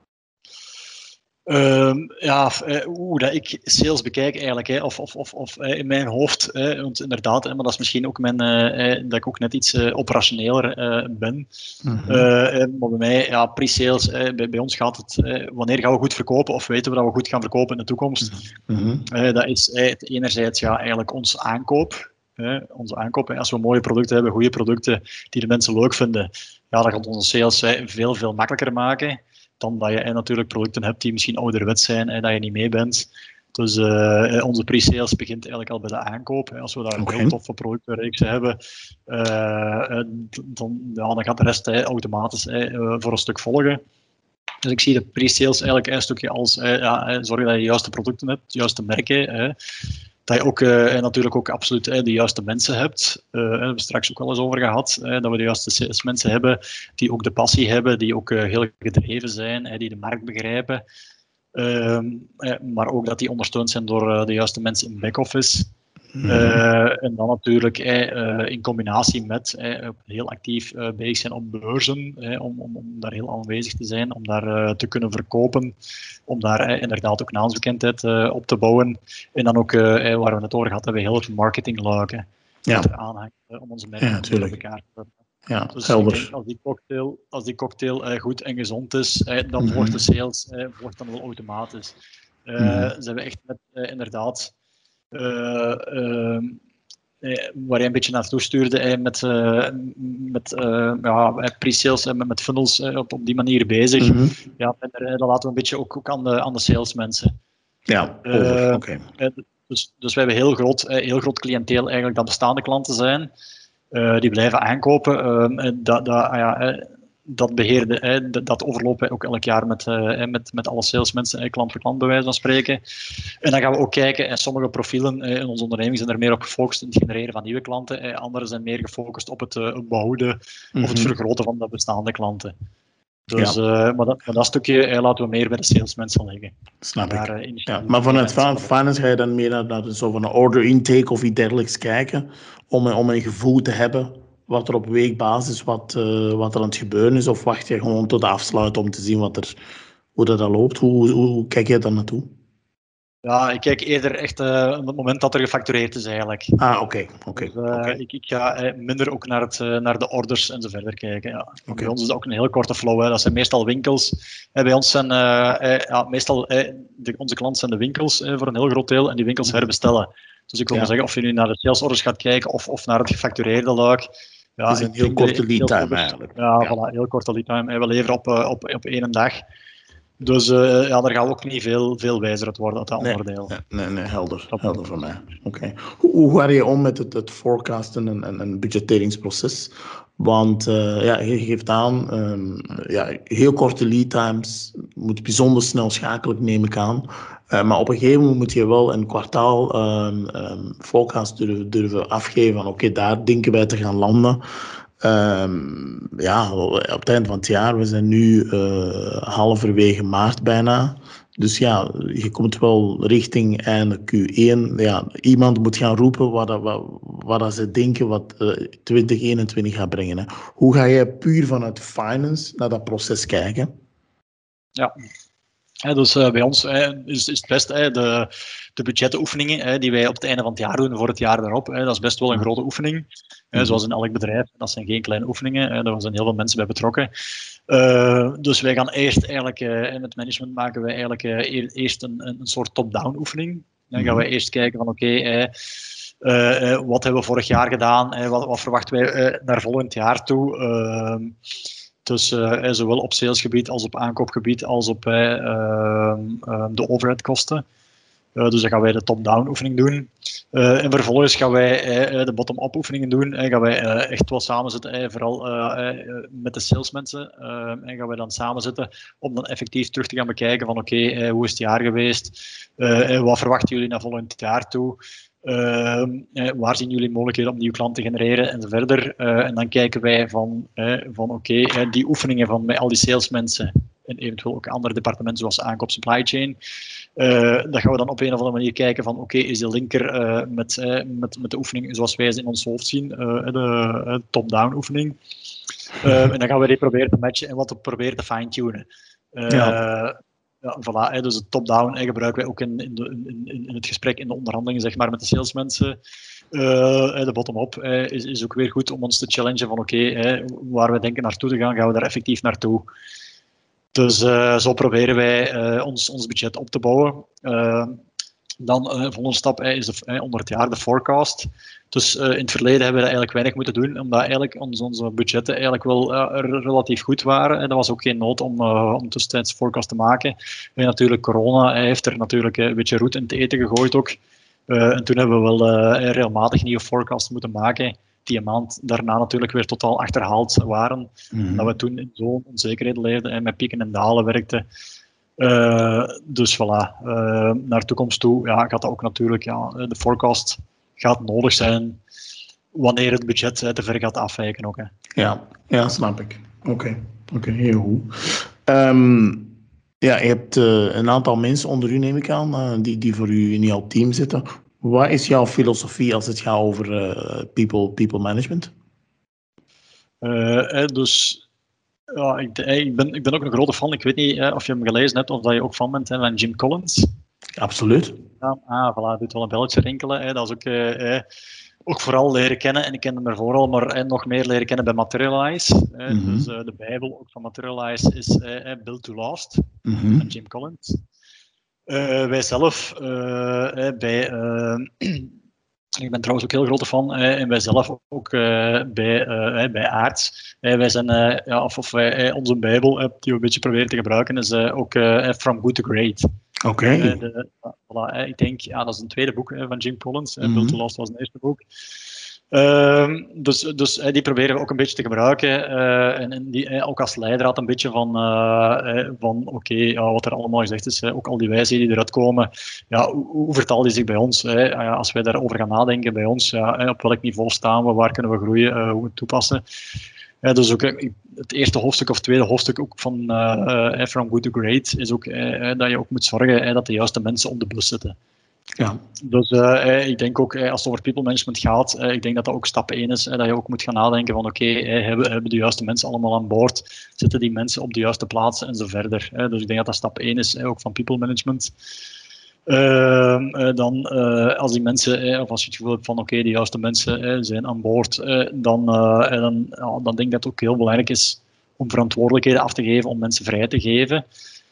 Uh, ja, hoe dat ik sales bekijk eigenlijk, hè, of, of, of, of in mijn hoofd, hè, want inderdaad, hè, maar dat is misschien ook mijn, uh, dat ik ook net iets uh, operationeler uh, ben. Mm-hmm. Uh, maar bij mij, ja, pre-sales, uh, bij, bij ons gaat het, uh, wanneer gaan we goed verkopen of weten we dat we goed gaan verkopen in de toekomst? Mm-hmm. Uh, dat is uh, enerzijds ja, eigenlijk ons aankoop. Uh, onze aankoop, als we mooie producten hebben, goede producten die de mensen leuk vinden, ja, dat gaat onze sales uh, veel, veel makkelijker maken. Dan dat je natuurlijk producten hebt die misschien ouderwets zijn en dat je niet mee bent. Dus uh, onze pre-sales begint eigenlijk al bij de aankoop. Hè. Als we daar een okay. heel toffe productenreeksen hebben, uh, dan, ja, dan gaat de rest hè, automatisch hè, uh, voor een stuk volgen. Dus ik zie de pre-sales eigenlijk een stukje als uh, ja, zorgen dat je de juiste producten hebt, de juiste merken. Hè. Dat je ook uh, natuurlijk ook absoluut uh, de juiste mensen hebt. Uh, daar hebben we straks ook al eens over gehad. Uh, dat we de juiste salesmensen hebben die ook de passie hebben, die ook uh, heel gedreven zijn, uh, die de markt begrijpen. Uh, uh, maar ook dat die ondersteund zijn door uh, de juiste mensen in back-office. Uh, en dan natuurlijk uh, in combinatie met uh, heel actief uh, bezig zijn op beurzen, uh, om, om, om daar heel aanwezig te zijn, om daar uh, te kunnen verkopen, om daar uh, inderdaad ook naamsbekendheid uh, op te bouwen. En dan ook, uh, waar we het over gehad hebben, heel het marketingluiken ja. dat er aanhangt uh, om onze merken ja, op elkaar te zetten. Ja, dus helder. Ik denk, als die cocktail, als die cocktail uh, goed en gezond is, uh, dan mm-hmm. volgt de sales uh, volgt dan wel automatisch. Uh, mm-hmm. Ze hebben echt met, uh, inderdaad Uh, uh, waar je een beetje naartoe stuurde uh, met, uh, met uh, ja, pre-sales en met, met funnels uh, op, op die manier bezig. Mm-hmm. Ja, en er, dat laten we een beetje ook, ook aan, de, aan de salesmensen. Ja, over. Uh, Oké. Okay. Dus, dus we hebben heel groot, heel groot cliënteel eigenlijk dat bestaande klanten zijn. Uh, die blijven aankopen. Uh, dat, dat, ja, dat beheerde, hè, dat overlopen we ook elk jaar met, uh, met, met alle salesmensen, hè, klant per klant bij wijze van spreken. En dan gaan we ook kijken, en sommige profielen uh, in onze onderneming zijn er meer op gefocust in het genereren van nieuwe klanten, uh, andere zijn meer gefocust op het uh, behouden mm-hmm. of het vergroten van de bestaande klanten. Dus, ja. uh, maar, dat, maar dat stukje uh, laten we meer bij de salesmensen liggen. Snap daar, ik. Uh, ja, maar vanuit finance ga je dan meer naar, naar zo van een order intake of iets dergelijks kijken, om, om een gevoel te hebben wat er op weekbasis wat, uh, wat er aan het gebeuren is? Of wacht je gewoon tot de afsluit om te zien wat er, hoe dat, dat loopt? Hoe, hoe, hoe kijk je daar naartoe? Ja, ik kijk eerder echt uh, op het moment dat er gefactureerd is eigenlijk. Ah, oké. Okay, okay, dus, uh, okay. ik, ik ga uh, minder ook naar, het, uh, naar de orders en zo verder kijken. Ja. Okay. Bij ons is dat ook een heel korte flow. Hè. Dat zijn meestal winkels. Hè. Bij ons zijn uh, uh, ja, meestal uh, de, onze klanten zijn de winkels uh, voor een heel groot deel en die winkels herbestellen. Dus ik wil ja. maar zeggen, of je nu naar de salesorders gaat kijken of, of naar het gefactureerde luik. Ja, het is een heel korte lead time orders, eigenlijk. Ja, ja. Voilà, heel korte lead time. We leveren op, uh, op, op één dag. Dus uh, ja, daar gaat ook niet veel, veel wijzer uit worden, uit dat nee, onderdeel. Nee, nee, nee helder, helder voor mij. Oké. Okay. Hoe, hoe ga je om met het, het forecasten en, en, en budgetteringsproces? Want uh, ja, je geeft aan, um, ja, heel korte lead times, moet bijzonder snel schakelen, neem ik aan. Uh, maar op een gegeven moment moet je wel een kwartaal um, um, forecast durven, durven afgeven van oké, okay, daar denken wij te gaan landen. Um, ja, op het eind van het jaar, we zijn nu uh, halverwege maart bijna. Dus ja, je komt wel richting einde Q één. Ja, iemand moet gaan roepen wat, wat, wat ze denken wat uh, twintig eenentwintig gaat brengen. Hè. Hoe ga je puur vanuit finance naar dat proces kijken? Ja. He, dus uh, bij ons he, is, is het best he, de, de budgetoefeningen he, die wij op het einde van het jaar doen voor het jaar daarop. He, dat is best wel een grote oefening. He, mm-hmm. Zoals in elk bedrijf. Dat zijn geen kleine oefeningen. He, daar zijn heel veel mensen bij betrokken. Uh, dus wij gaan eerst eigenlijk, uh, met management maken wij eigenlijk uh, eerst een, een soort top-down oefening. Dan mm-hmm. gaan wij eerst kijken van oké, okay, uh, uh, wat hebben we vorig jaar gedaan? Uh, wat, wat verwachten wij uh, naar volgend jaar toe? Uh, Dus uh, zowel op salesgebied als op aankoopgebied als op uh, uh, de overheadkosten. Uh, dus dan gaan wij de top-down oefening doen. Uh, en vervolgens gaan wij uh, de bottom-up oefeningen doen. En gaan wij uh, echt wel samenzitten, uh, vooral uh, uh, met de salesmensen. Uh, en gaan wij dan samenzitten om dan effectief terug te gaan bekijken van oké, okay, uh, hoe is het jaar geweest? Uh, uh, wat verwachten jullie naar volgend jaar toe? Uh, uh, waar zien jullie mogelijkheden om nieuwe klanten te genereren en zo verder. Uh, en dan kijken wij van, uh, van oké, okay, uh, die oefeningen van bij al die salesmensen en eventueel ook andere departementen zoals aankoop, supply chain. Uh, dan gaan we dan op een of andere manier kijken van oké, okay, is de linker uh, met, uh, met, met de oefening zoals wij ze in ons hoofd zien, uh, de uh, top-down oefening. Uh, en dan gaan we die proberen te matchen en wat te proberen te fine-tunen. Uh, ja. Ja, voilà, hè, dus het top-down hè, gebruiken wij ook in, in, de, in, in het gesprek, in de onderhandelingen zeg maar, met de salesmensen. Uh, de bottom-up hè, is, is ook weer goed om ons te challengen van oké, okay, waar we denken naartoe te gaan, gaan we daar effectief naartoe. Dus uh, zo proberen wij uh, ons, ons budget op te bouwen. Uh, dan de uh, volgende stap hè, is de, uh, onder het jaar de forecast. Dus uh, in het verleden hebben we dat eigenlijk weinig moeten doen, omdat eigenlijk ons, onze budgetten eigenlijk wel uh, relatief goed waren. En er was ook geen nood om, uh, om tussentijds forecast te maken. En natuurlijk, corona heeft er natuurlijk een beetje roet in het eten gegooid ook. Uh, en toen hebben we wel uh, regelmatig nieuwe forecasts moeten maken, die een maand daarna natuurlijk weer totaal achterhaald waren. Mm-hmm. Dat we toen in zo'n onzekerheid leefden en met pieken en dalen werkten. Uh, dus voilà, uh, naar de toekomst toe ja, gaat dat ook natuurlijk, ja, de forecast gaat nodig zijn wanneer het budget hè, te ver gaat afwijken ook. Hè. Ja, ja, snap ik. Oké, okay. Oké, okay, heel goed. Um, ja, je hebt uh, een aantal mensen onder u, neem ik aan, uh, die, die voor u in jouw team zitten. Wat is jouw filosofie als het gaat over uh, people, people management? Uh, eh, dus ja, ik, ik, ben, ik ben ook een grote fan. Ik weet niet eh, of je hem gelezen hebt of dat je ook fan bent hè, van Jim Collins. Absoluut. Ja, ah, voilà, doet wel een belletje rinkelen. Hè. Dat is ook, eh, eh, ook vooral leren kennen. En ik ken hem er vooral, maar eh, nog meer leren kennen bij Materialize. Eh, mm-hmm. Dus uh, de Bijbel ook van Materialize is eh, Build to Last mm-hmm. van Jim Collins. Uh, wij zelf uh, eh, bij... Uh, Ik ben trouwens ook heel grote fan eh, en wij zelf ook uh, bij, uh, bij Aarts. Eh, wij zijn, uh, ja, of, of wij, eh, onze Bijbel uh, die we een beetje proberen te gebruiken is uh, ook uh, From Good to Great. Oké. Okay. Uh, voilà, uh, ik denk, ja, dat is een tweede boek uh, van Jim Collins. Uh, mm-hmm. Build to Last was een eerste boek. Uh, dus dus uh, die proberen we ook een beetje te gebruiken. Uh, en, en die, uh, ook als leidraad een beetje van, uh, uh, van oké, okay, ja, wat er allemaal gezegd is. Uh, ook al die wijsheden die eruit komen. Ja, hoe, hoe vertaalt die zich bij ons? Uh, uh, als wij daarover gaan nadenken bij ons. Ja, uh, op welk niveau staan we? Waar kunnen we groeien? Uh, hoe we het toepassen? Uh, dus ook uh, het eerste hoofdstuk of het tweede hoofdstuk ook van uh, uh, From Good to Great is ook uh, uh, dat je ook moet zorgen uh, dat de juiste mensen op de bus zitten. Ja. Dus uh, ik denk ook, uh, als het over people management gaat, uh, ik denk dat dat ook stap één is, uh, dat je ook moet gaan nadenken van oké, okay, uh, hebben, hebben de juiste mensen allemaal aan boord, zitten die mensen op de juiste plaatsen en zo verder. Uh, dus ik denk dat dat stap één is, uh, ook van people management. Uh, uh, dan, uh, als die mensen, uh, of als je het gevoel hebt van oké, okay, de juiste mensen uh, zijn aan boord, uh, dan, uh, dan, uh, dan denk ik dat het ook heel belangrijk is om verantwoordelijkheden af te geven, om mensen vrij te geven.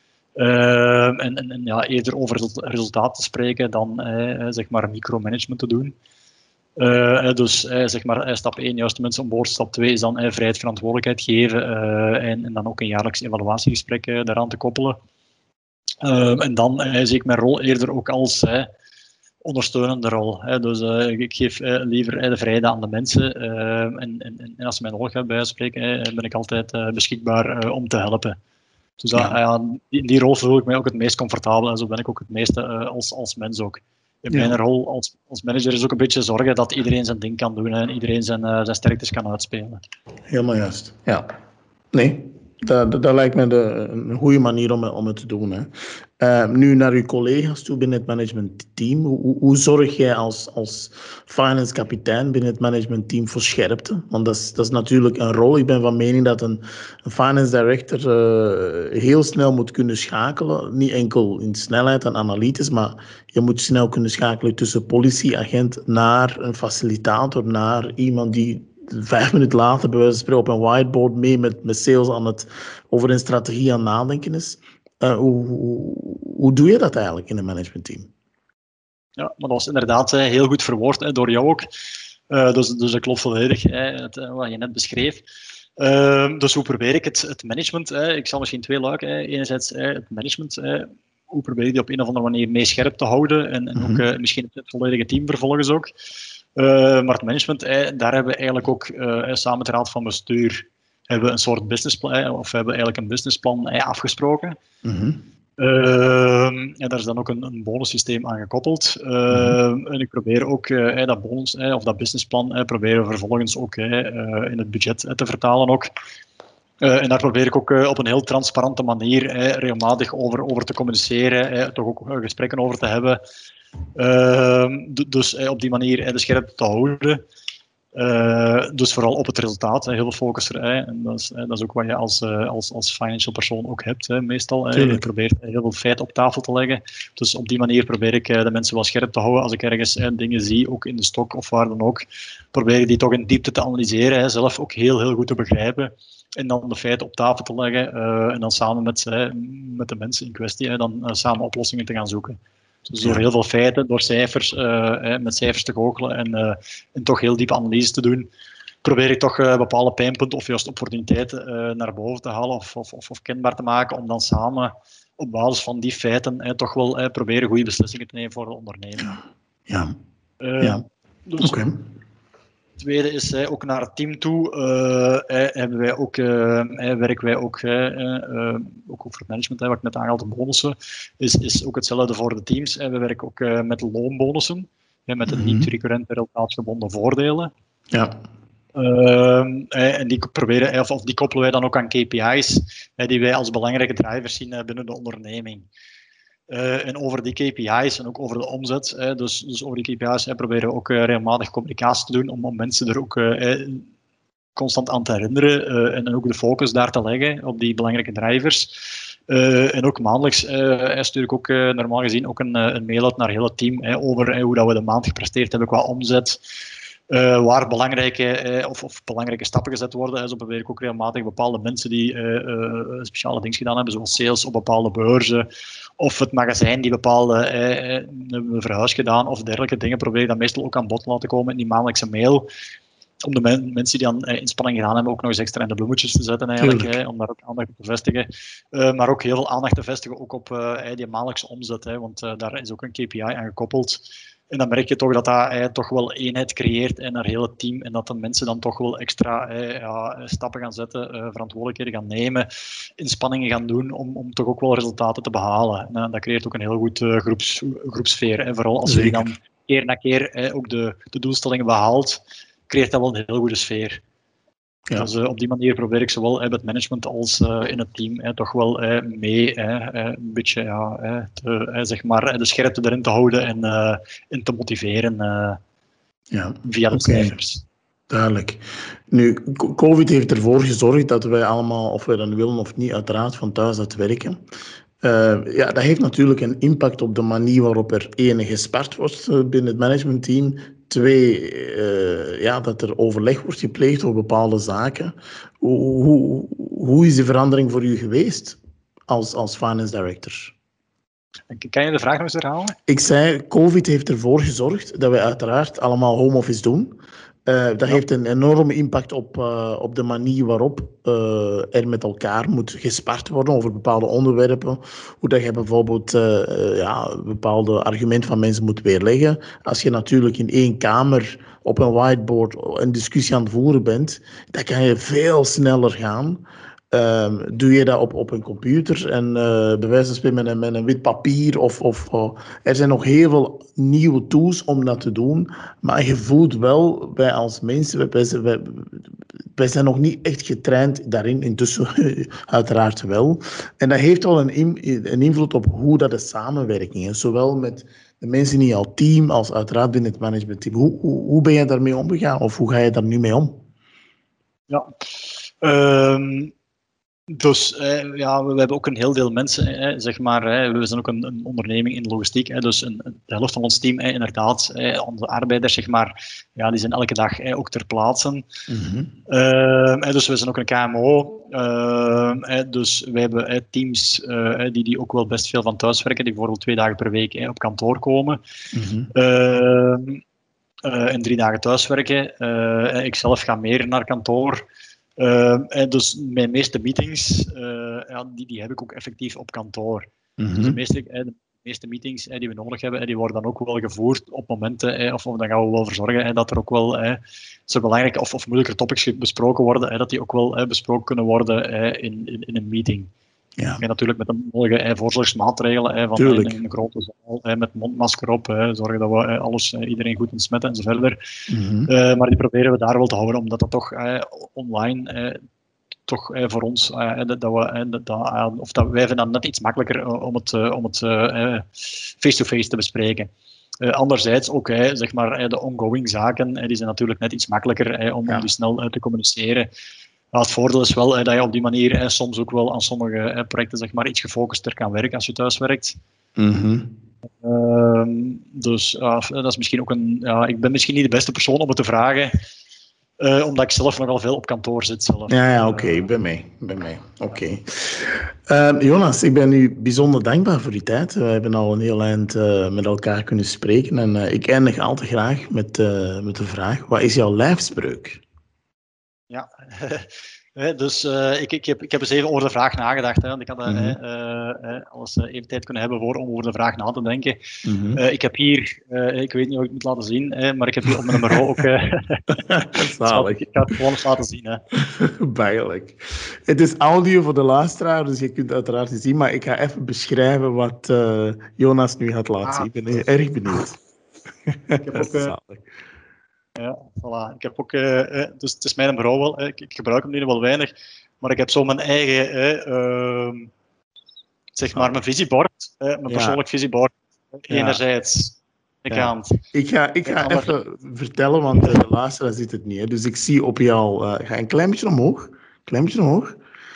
Uh, en, en, en ja, eerder over resultaat te spreken dan uh, zeg maar micromanagement te doen. Uh, dus uh, zeg maar, stap één, juiste mensen aan boord. Stap twee is dan uh, vrijheid, verantwoordelijkheid geven uh, en, en dan ook een jaarlijks evaluatiegesprek uh, daaraan te koppelen. Uh, en dan uh, zie ik mijn rol eerder ook als uh, ondersteunende rol. Hè. Dus uh, ik geef uh, liever uh, de vrijheid aan de mensen uh, en, en, en als ze mij nodig hebben bij wijze van spreken, uh, ben ik altijd uh, beschikbaar uh, om te helpen. Dus dat, ja. Ja, in die rol voel ik mij ook het meest comfortabel en zo ben ik ook het meeste uh, als, als mens ook. In mijn ja. rol als, als manager is ook een beetje zorgen dat iedereen zijn ding kan doen en iedereen zijn, uh, zijn sterktes kan uitspelen. Helemaal juist, ja. Nee, dat, dat, dat lijkt me de, een goede manier om, om het te doen. Hè. Uh, nu naar uw collega's toe binnen het managementteam. Hoe, hoe zorg jij als, als finance kapitein binnen het managementteam voor scherpte? Want dat is, dat is natuurlijk een rol. Ik ben van mening dat een, een finance director uh, heel snel moet kunnen schakelen. Niet enkel in snelheid en analytisch, maar je moet snel kunnen schakelen tussen politieagent naar een facilitator, naar iemand die vijf minuten later bij wijze van spreken op een whiteboard mee met, met sales aan het, over een strategie aan het nadenken is. Uh, hoe, hoe, hoe doe je dat eigenlijk in een managementteam? Ja, maar dat was inderdaad uh, heel goed verwoord hè, door jou ook. Uh, dus, dus dat klopt volledig, hè, het, uh, wat je net beschreef. Uh, dus hoe probeer ik het, het management? Hè, ik zal misschien twee luiken. Hè, enerzijds hè, het management. Hè, hoe probeer ik die op een of andere manier mee scherp te houden? En, en mm-hmm. ook uh, misschien het volledige team vervolgens ook. Uh, maar het management, hè, daar hebben we eigenlijk ook uh, samen met de raad van bestuur hebben we een soort businessplan, of we hebben eigenlijk een businessplan hè, afgesproken. Mm-hmm. Uh, en daar is dan ook een, een bonussysteem aan gekoppeld. Uh, mm-hmm. En ik probeer ook uh, dat bonus, uh, of dat businessplan, uh, proberen vervolgens ook uh, in het budget uh, te vertalen ook. Uh, en daar probeer ik ook uh, op een heel transparante manier uh, regelmatig over, over te communiceren, uh, toch ook uh, gesprekken over te hebben. Uh, d- dus uh, op die manier uh, de scherpte te houden. Uh, dus vooral op het resultaat, hè, heel veel focus er. Hè, en dat is, hè, dat is ook wat je als, uh, als, als financial persoon ook hebt, hè, meestal. Hè, je probeert heel veel feiten op tafel te leggen. Dus op die manier probeer ik uh, de mensen wel scherp te houden. Als ik ergens hè, dingen zie, ook in de stok of waar dan ook, probeer ik die toch in diepte te analyseren, hè, zelf ook heel, heel goed te begrijpen. En dan de feiten op tafel te leggen uh, en dan samen met, hè, met de mensen in kwestie hè, dan uh, samen oplossingen te gaan zoeken. Dus door heel veel feiten, door cijfers, uh, met cijfers te goochelen en, uh, en toch heel diepe analyse te doen, probeer ik toch uh, bepaalde pijnpunten of juist opportuniteiten uh, naar boven te halen of, of, of, of kenbaar te maken om dan samen op basis van die feiten uh, toch wel uh, proberen goede beslissingen te nemen voor de onderneming. Ja. Uh, ja. Dus Oké. Okay. Het tweede is uh, ook naar het team toe. Uh, uh, hebben wij ook, uh, uh, werken wij ook, uh, uh, ook voor het management, uh, wat ik net aangehaald, de bonussen, is, is ook hetzelfde voor de teams. Uh, we werken ook uh, met loonbonussen, uh, met de mm-hmm. niet-recurrente resultaatsgebonden voordelen. Ja. Uh, uh, en die, proberen, uh, of die koppelen wij dan ook aan K P I's, uh, die wij als belangrijke drivers zien uh, binnen de onderneming. Uh, en over die K P I's en ook over de omzet, hè, dus, dus over die K P I's hè, proberen we ook uh, regelmatig communicatie te doen om, om mensen er ook uh, constant aan te herinneren uh, en ook de focus daar te leggen op die belangrijke drivers. Uh, en ook maandelijks uh, stuur ik ook uh, normaal gezien ook een, een mail uit naar het hele team hè, over uh, hoe dat we de maand gepresteerd hebben qua omzet. Uh, waar belangrijke, uh, of, of belangrijke stappen gezet worden. Zo probeer ik ook regelmatig bepaalde mensen die uh, uh, speciale dingen gedaan hebben, zoals sales op bepaalde beurzen, of het magazijn die bepaalde uh, uh, verhuis gedaan, of dergelijke dingen, probeer ik dan meestal ook aan bod te laten komen in die maandelijkse mail. Om de men- mensen die dan uh, inspanning gedaan hebben, ook nog eens extra in de bloemetjes te zetten, eigenlijk, hè, om daar ook aandacht op te vestigen. Uh, maar ook heel veel aandacht te vestigen ook op uh, die maandelijkse omzet, hè, want uh, daar is ook een K P I aan gekoppeld. En dan merk je toch dat dat eh, toch wel eenheid creëert in haar hele team en dat de mensen dan toch wel extra eh, ja, stappen gaan zetten, uh, verantwoordelijkheden gaan nemen, inspanningen gaan doen om, om toch ook wel resultaten te behalen. En, uh, dat creëert ook een heel goed uh, groeps, groepsfeer. En vooral als je dan keer na keer eh, ook de, de doelstellingen behaalt, creëert dat wel een heel goede sfeer. Ja. Dus uh, op die manier probeer ik zowel uh, met management als uh, in het team uh, toch wel uh, mee uh, uh, een beetje ja, uh, te, uh, zeg maar, uh, de scherpte erin te houden en uh, in te motiveren uh, ja. via de okay. cijfers. Duidelijk. Nu, COVID heeft ervoor gezorgd dat wij allemaal, of wij dan willen of niet, uiteraard van thuis uit werken. Uh, ja, dat heeft natuurlijk een impact op de manier waarop er één gespart wordt binnen het managementteam. Twee, uh, ja, dat er overleg wordt gepleegd over bepaalde zaken. Hoe, hoe, hoe is die verandering voor u geweest als, als finance director? Kan je de vraag nog eens herhalen? Ik zei, COVID heeft ervoor gezorgd dat wij uiteraard allemaal home office doen. Uh, dat ja. heeft een enorme impact op, uh, op de manier waarop uh, er met elkaar moet gespart worden over bepaalde onderwerpen. Hoe dat je bijvoorbeeld uh, uh, ja, bepaalde argumenten van mensen moet weerleggen. Als je natuurlijk in één kamer op een whiteboard een discussie aan het voeren bent, dan kan je veel sneller gaan. Um, doe je dat op, op een computer en uh, bij wijze van spreken met een, met een wit papier of, of uh, er zijn nog heel veel nieuwe tools om dat te doen, maar je voelt wel, wij als mensen, wij, wij, wij zijn nog niet echt getraind daarin, intussen uiteraard wel. En dat heeft wel een, in, een invloed op hoe dat de samenwerking is, zowel met de mensen in jouw team als uiteraard binnen het managementteam. Hoe, hoe, hoe ben je daarmee omgegaan of hoe ga je daar nu mee om? Ja, um... Dus eh, ja, we, we hebben ook een heel deel mensen, eh, zeg maar, eh, we zijn ook een, een onderneming in logistiek, eh, dus een, de helft van ons team, eh, inderdaad, eh, onze arbeiders, zeg maar, ja, die zijn elke dag eh, ook ter plaatse. Mm-hmm. Uh, eh, dus we zijn ook een K M O, uh, eh, dus wij hebben eh, teams uh, die, die ook wel best veel van thuis werken, die bijvoorbeeld twee dagen per week eh, op kantoor komen. Mm-hmm. Uh, uh, en drie dagen thuis werken. Uh, ik zelf ga meer naar kantoor. Uh, dus mijn meeste meetings, uh, ja, die, die heb ik ook effectief op kantoor. Mm-hmm. Dus de meeste, de meeste meetings die we nodig hebben, die worden dan ook wel gevoerd op momenten, of, of dan gaan we wel voor zorgen dat er ook wel zo belangrijke of, of moeilijke topics besproken worden, dat die ook wel besproken kunnen worden in, in, in een meeting. Ja. En natuurlijk met de nodige voorzorgsmaatregelen van in, in een grote zaal, met mondmasker op, zorgen dat we alles, iedereen goed ontsmetten en zo verder. Mm-hmm. Uh, maar die proberen we daar wel te houden, omdat dat toch uh, online uh, toch uh, voor ons, uh, dat, dat we, uh, dat, uh, of dat wij vinden dat net iets makkelijker uh, om het, uh, om het uh, face-to-face te bespreken. Uh, anderzijds ook, uh, zeg maar, uh, de ongoing zaken, uh, die zijn natuurlijk net iets makkelijker uh, om, ja. om die snel uh, te communiceren. Ja, het voordeel is wel eh, dat je op die manier eh, soms ook wel aan sommige eh, projecten zeg maar, iets gefocuster kan werken als je thuis werkt. Mm-hmm. Uh, dus uh, dat is misschien ook een... Ja, ik ben misschien niet de beste persoon om het te vragen, uh, omdat ik zelf nogal veel op kantoor zit. Zelf. Ja, ja oké, okay. ik ben mee. Ik ben mee. Oké. Okay. Uh, Jonas, ik ben u bijzonder dankbaar voor die tijd. We hebben al een heel eind uh, met elkaar kunnen spreken. En uh, ik eindig altijd graag met, uh, met de vraag, wat is jouw lijfspreuk? Ja, dus uh, ik, ik, heb, ik heb eens even over de vraag nagedacht. Hè, want ik had uh, mm-hmm. uh, uh, alles uh, even tijd kunnen hebben voor, om over de vraag na te denken. Mm-hmm. Uh, ik heb hier, uh, ik weet niet of ik het moet laten zien, uh, maar ik heb hier op mijn bureau ook... Uh, Zalig. Ik ga het gewoon eens laten zien. Hè. Bijelijk. Het is audio voor de luisteraar, dus je kunt het uiteraard niet zien, maar ik ga even beschrijven wat uh, Jonas nu gaat laten zien. Ik ben ah, erg benieuwd. Ik heb ook... Uh, Ja, voilà. Ik heb ook, uh, uh, dus het is mijn bureau wel, uh, ik, ik gebruik hem nu wel weinig, maar ik heb zo mijn eigen, uh, uh, zeg maar, mijn visiebord, uh, mijn ja. persoonlijk visiebord, uh, enerzijds, de ja. kant. Ik ga, ik ga even ander... vertellen, want uh, de luisteraar ziet het niet, hè. Dus ik zie op jou, uh, ga een klein beetje omhoog, klein beetje omhoog.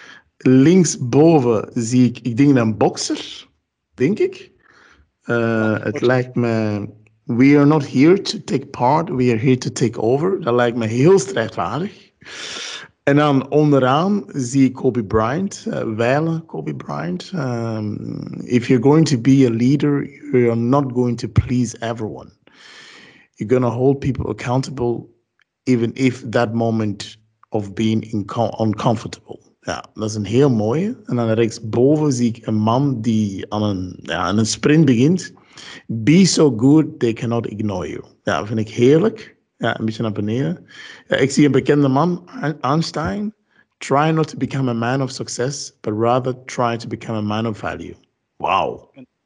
Linksboven zie ik, ik denk een boxer, denk ik. Uh, ja, het lijkt me... We are not here to take part, we are here to take over. Dat lijkt me heel strijdvaardig. En dan onderaan zie ik Kobe Bryant, uh, wijlen Kobe Bryant. Um, if you're going to be a leader, you're not going to please everyone. You're going to hold people accountable, even if that moment of being inco- uncomfortable. Ja, dat is een heel mooie. En dan rechtsboven zie ik een man die aan een, ja, aan een sprint begint. Be so good, they cannot ignore you. Ja, vind ik heerlijk. Ja, een beetje naar beneden. Ja, ik zie een bekende man, Einstein. Try not to become a man of success, but rather try to become a man of value. Wauw.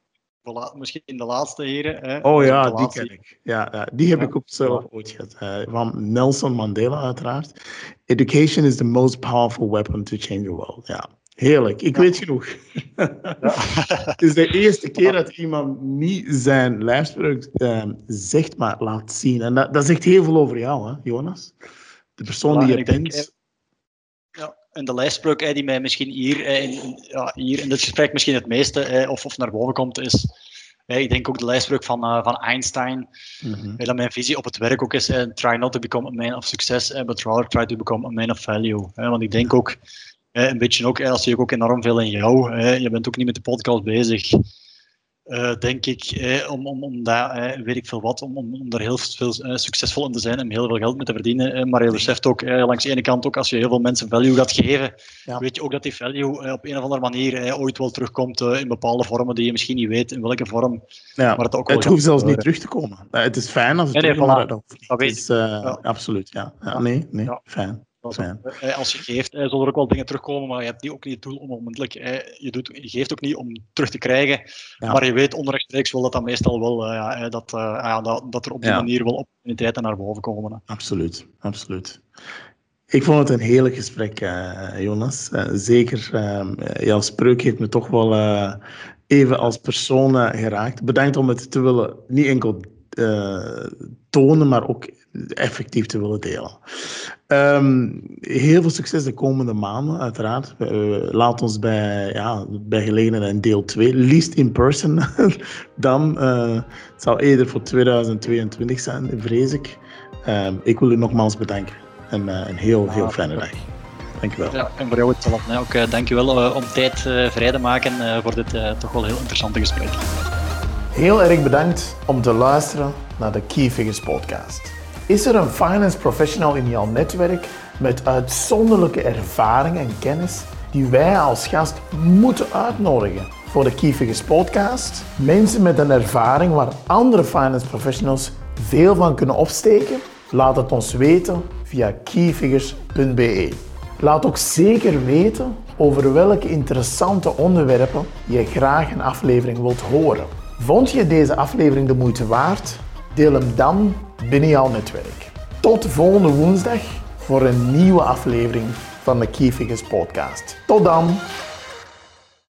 Voilà, misschien de laatste heren. Hè. Oh ja, de die laatste... ken ik. Ja, ja, die heb ja. ik ook zelf ja. ooit gehad. Uh, van Nelson Mandela uiteraard. Education is the most powerful weapon to change the world. Ja, heerlijk. Ik ja. weet genoeg. Ja. Het is de eerste keer dat iemand niet zijn lijfspreuk uh, zegt, maar laat zien. En dat, dat zegt heel veel over jou, hè, Jonas. De persoon ja, die je bent... Denk, ja, en de lijfspreuk die mij misschien hier in, ja, hier in dit gesprek misschien het meeste of, of naar boven komt, is... Ik denk ook de lijfspreuk van, uh, van Einstein, mm-hmm. dat mijn visie op het werk ook is, uh, try not to become a man of success, uh, but rather try to become a man of value. Uh, want ik denk ook, uh, een beetje ook, uh, dat zie ik ook enorm veel in jou, uh, je bent ook niet met de podcast bezig, uh, denk ik, uh, om, om, om daar, uh, weet ik veel wat, om, om, om daar heel veel uh, succesvol in te zijn en heel veel geld mee te verdienen. Uh, maar je beseft ook, uh, langs de ene kant ook, als je heel veel mensen value gaat geven, ja. weet je ook dat die value uh, op een of andere manier uh, ooit wel terugkomt uh, in bepaalde vormen die je misschien niet weet in welke vorm. Ja, maar het ook het hoeft zelfs niet terug te komen. Uh, het is fijn als het nee, nee, terugkomt, voilà. maar dat hoeft niet. Dat weet het is, uh, ja. Absoluut, ja. ja. Nee, nee, ja. fijn. fijn. Als je geeft, zullen er ook wel dingen terugkomen, maar je hebt die ook niet het doel om onmiddellijk, je, doet, je geeft ook niet om terug te krijgen, ja. maar je weet onrechtstreeks wel dat dat meestal wel, ja, dat, ja, dat, dat er op die ja. manier wel opportuniteiten naar boven komen. Hè. Absoluut, absoluut. Ik vond het een heerlijk gesprek, uh, Jonas. Uh, zeker, uh, jouw spreuk heeft me toch wel uh, even als persoon uh, geraakt. Bedankt om het te willen, niet enkel uh, tonen, maar ook effectief te willen delen. Um, heel veel succes de komende maanden, uiteraard. Uh, laat ons bij, ja, bij gelegenheid in deel twee, liefst in person, dan. Uh, het zal eerder voor tweeduizend tweeëntwintig zijn, vrees ik. Uh, ik wil u nogmaals bedanken. En uh, een heel, heel fijne dag. Dank u wel. Ja, en voor jou hetzelfde. Ook uh, dank u wel uh, om tijd uh, vrij te maken uh, voor dit uh, toch wel heel interessante gesprek. Heel erg bedankt om te luisteren naar de Key Figures podcast. Is er een finance professional in jouw netwerk met uitzonderlijke ervaring en kennis die wij als gast moeten uitnodigen voor de Key Figures podcast? Mensen met een ervaring waar andere finance professionals veel van kunnen opsteken? Laat het ons weten via keyfigures punt b e. Laat ook zeker weten over welke interessante onderwerpen je graag een aflevering wilt horen. Vond je deze aflevering de moeite waard? Deel hem dan binnen jouw netwerk. Tot volgende woensdag voor een nieuwe aflevering van de Key Figures podcast. Tot dan!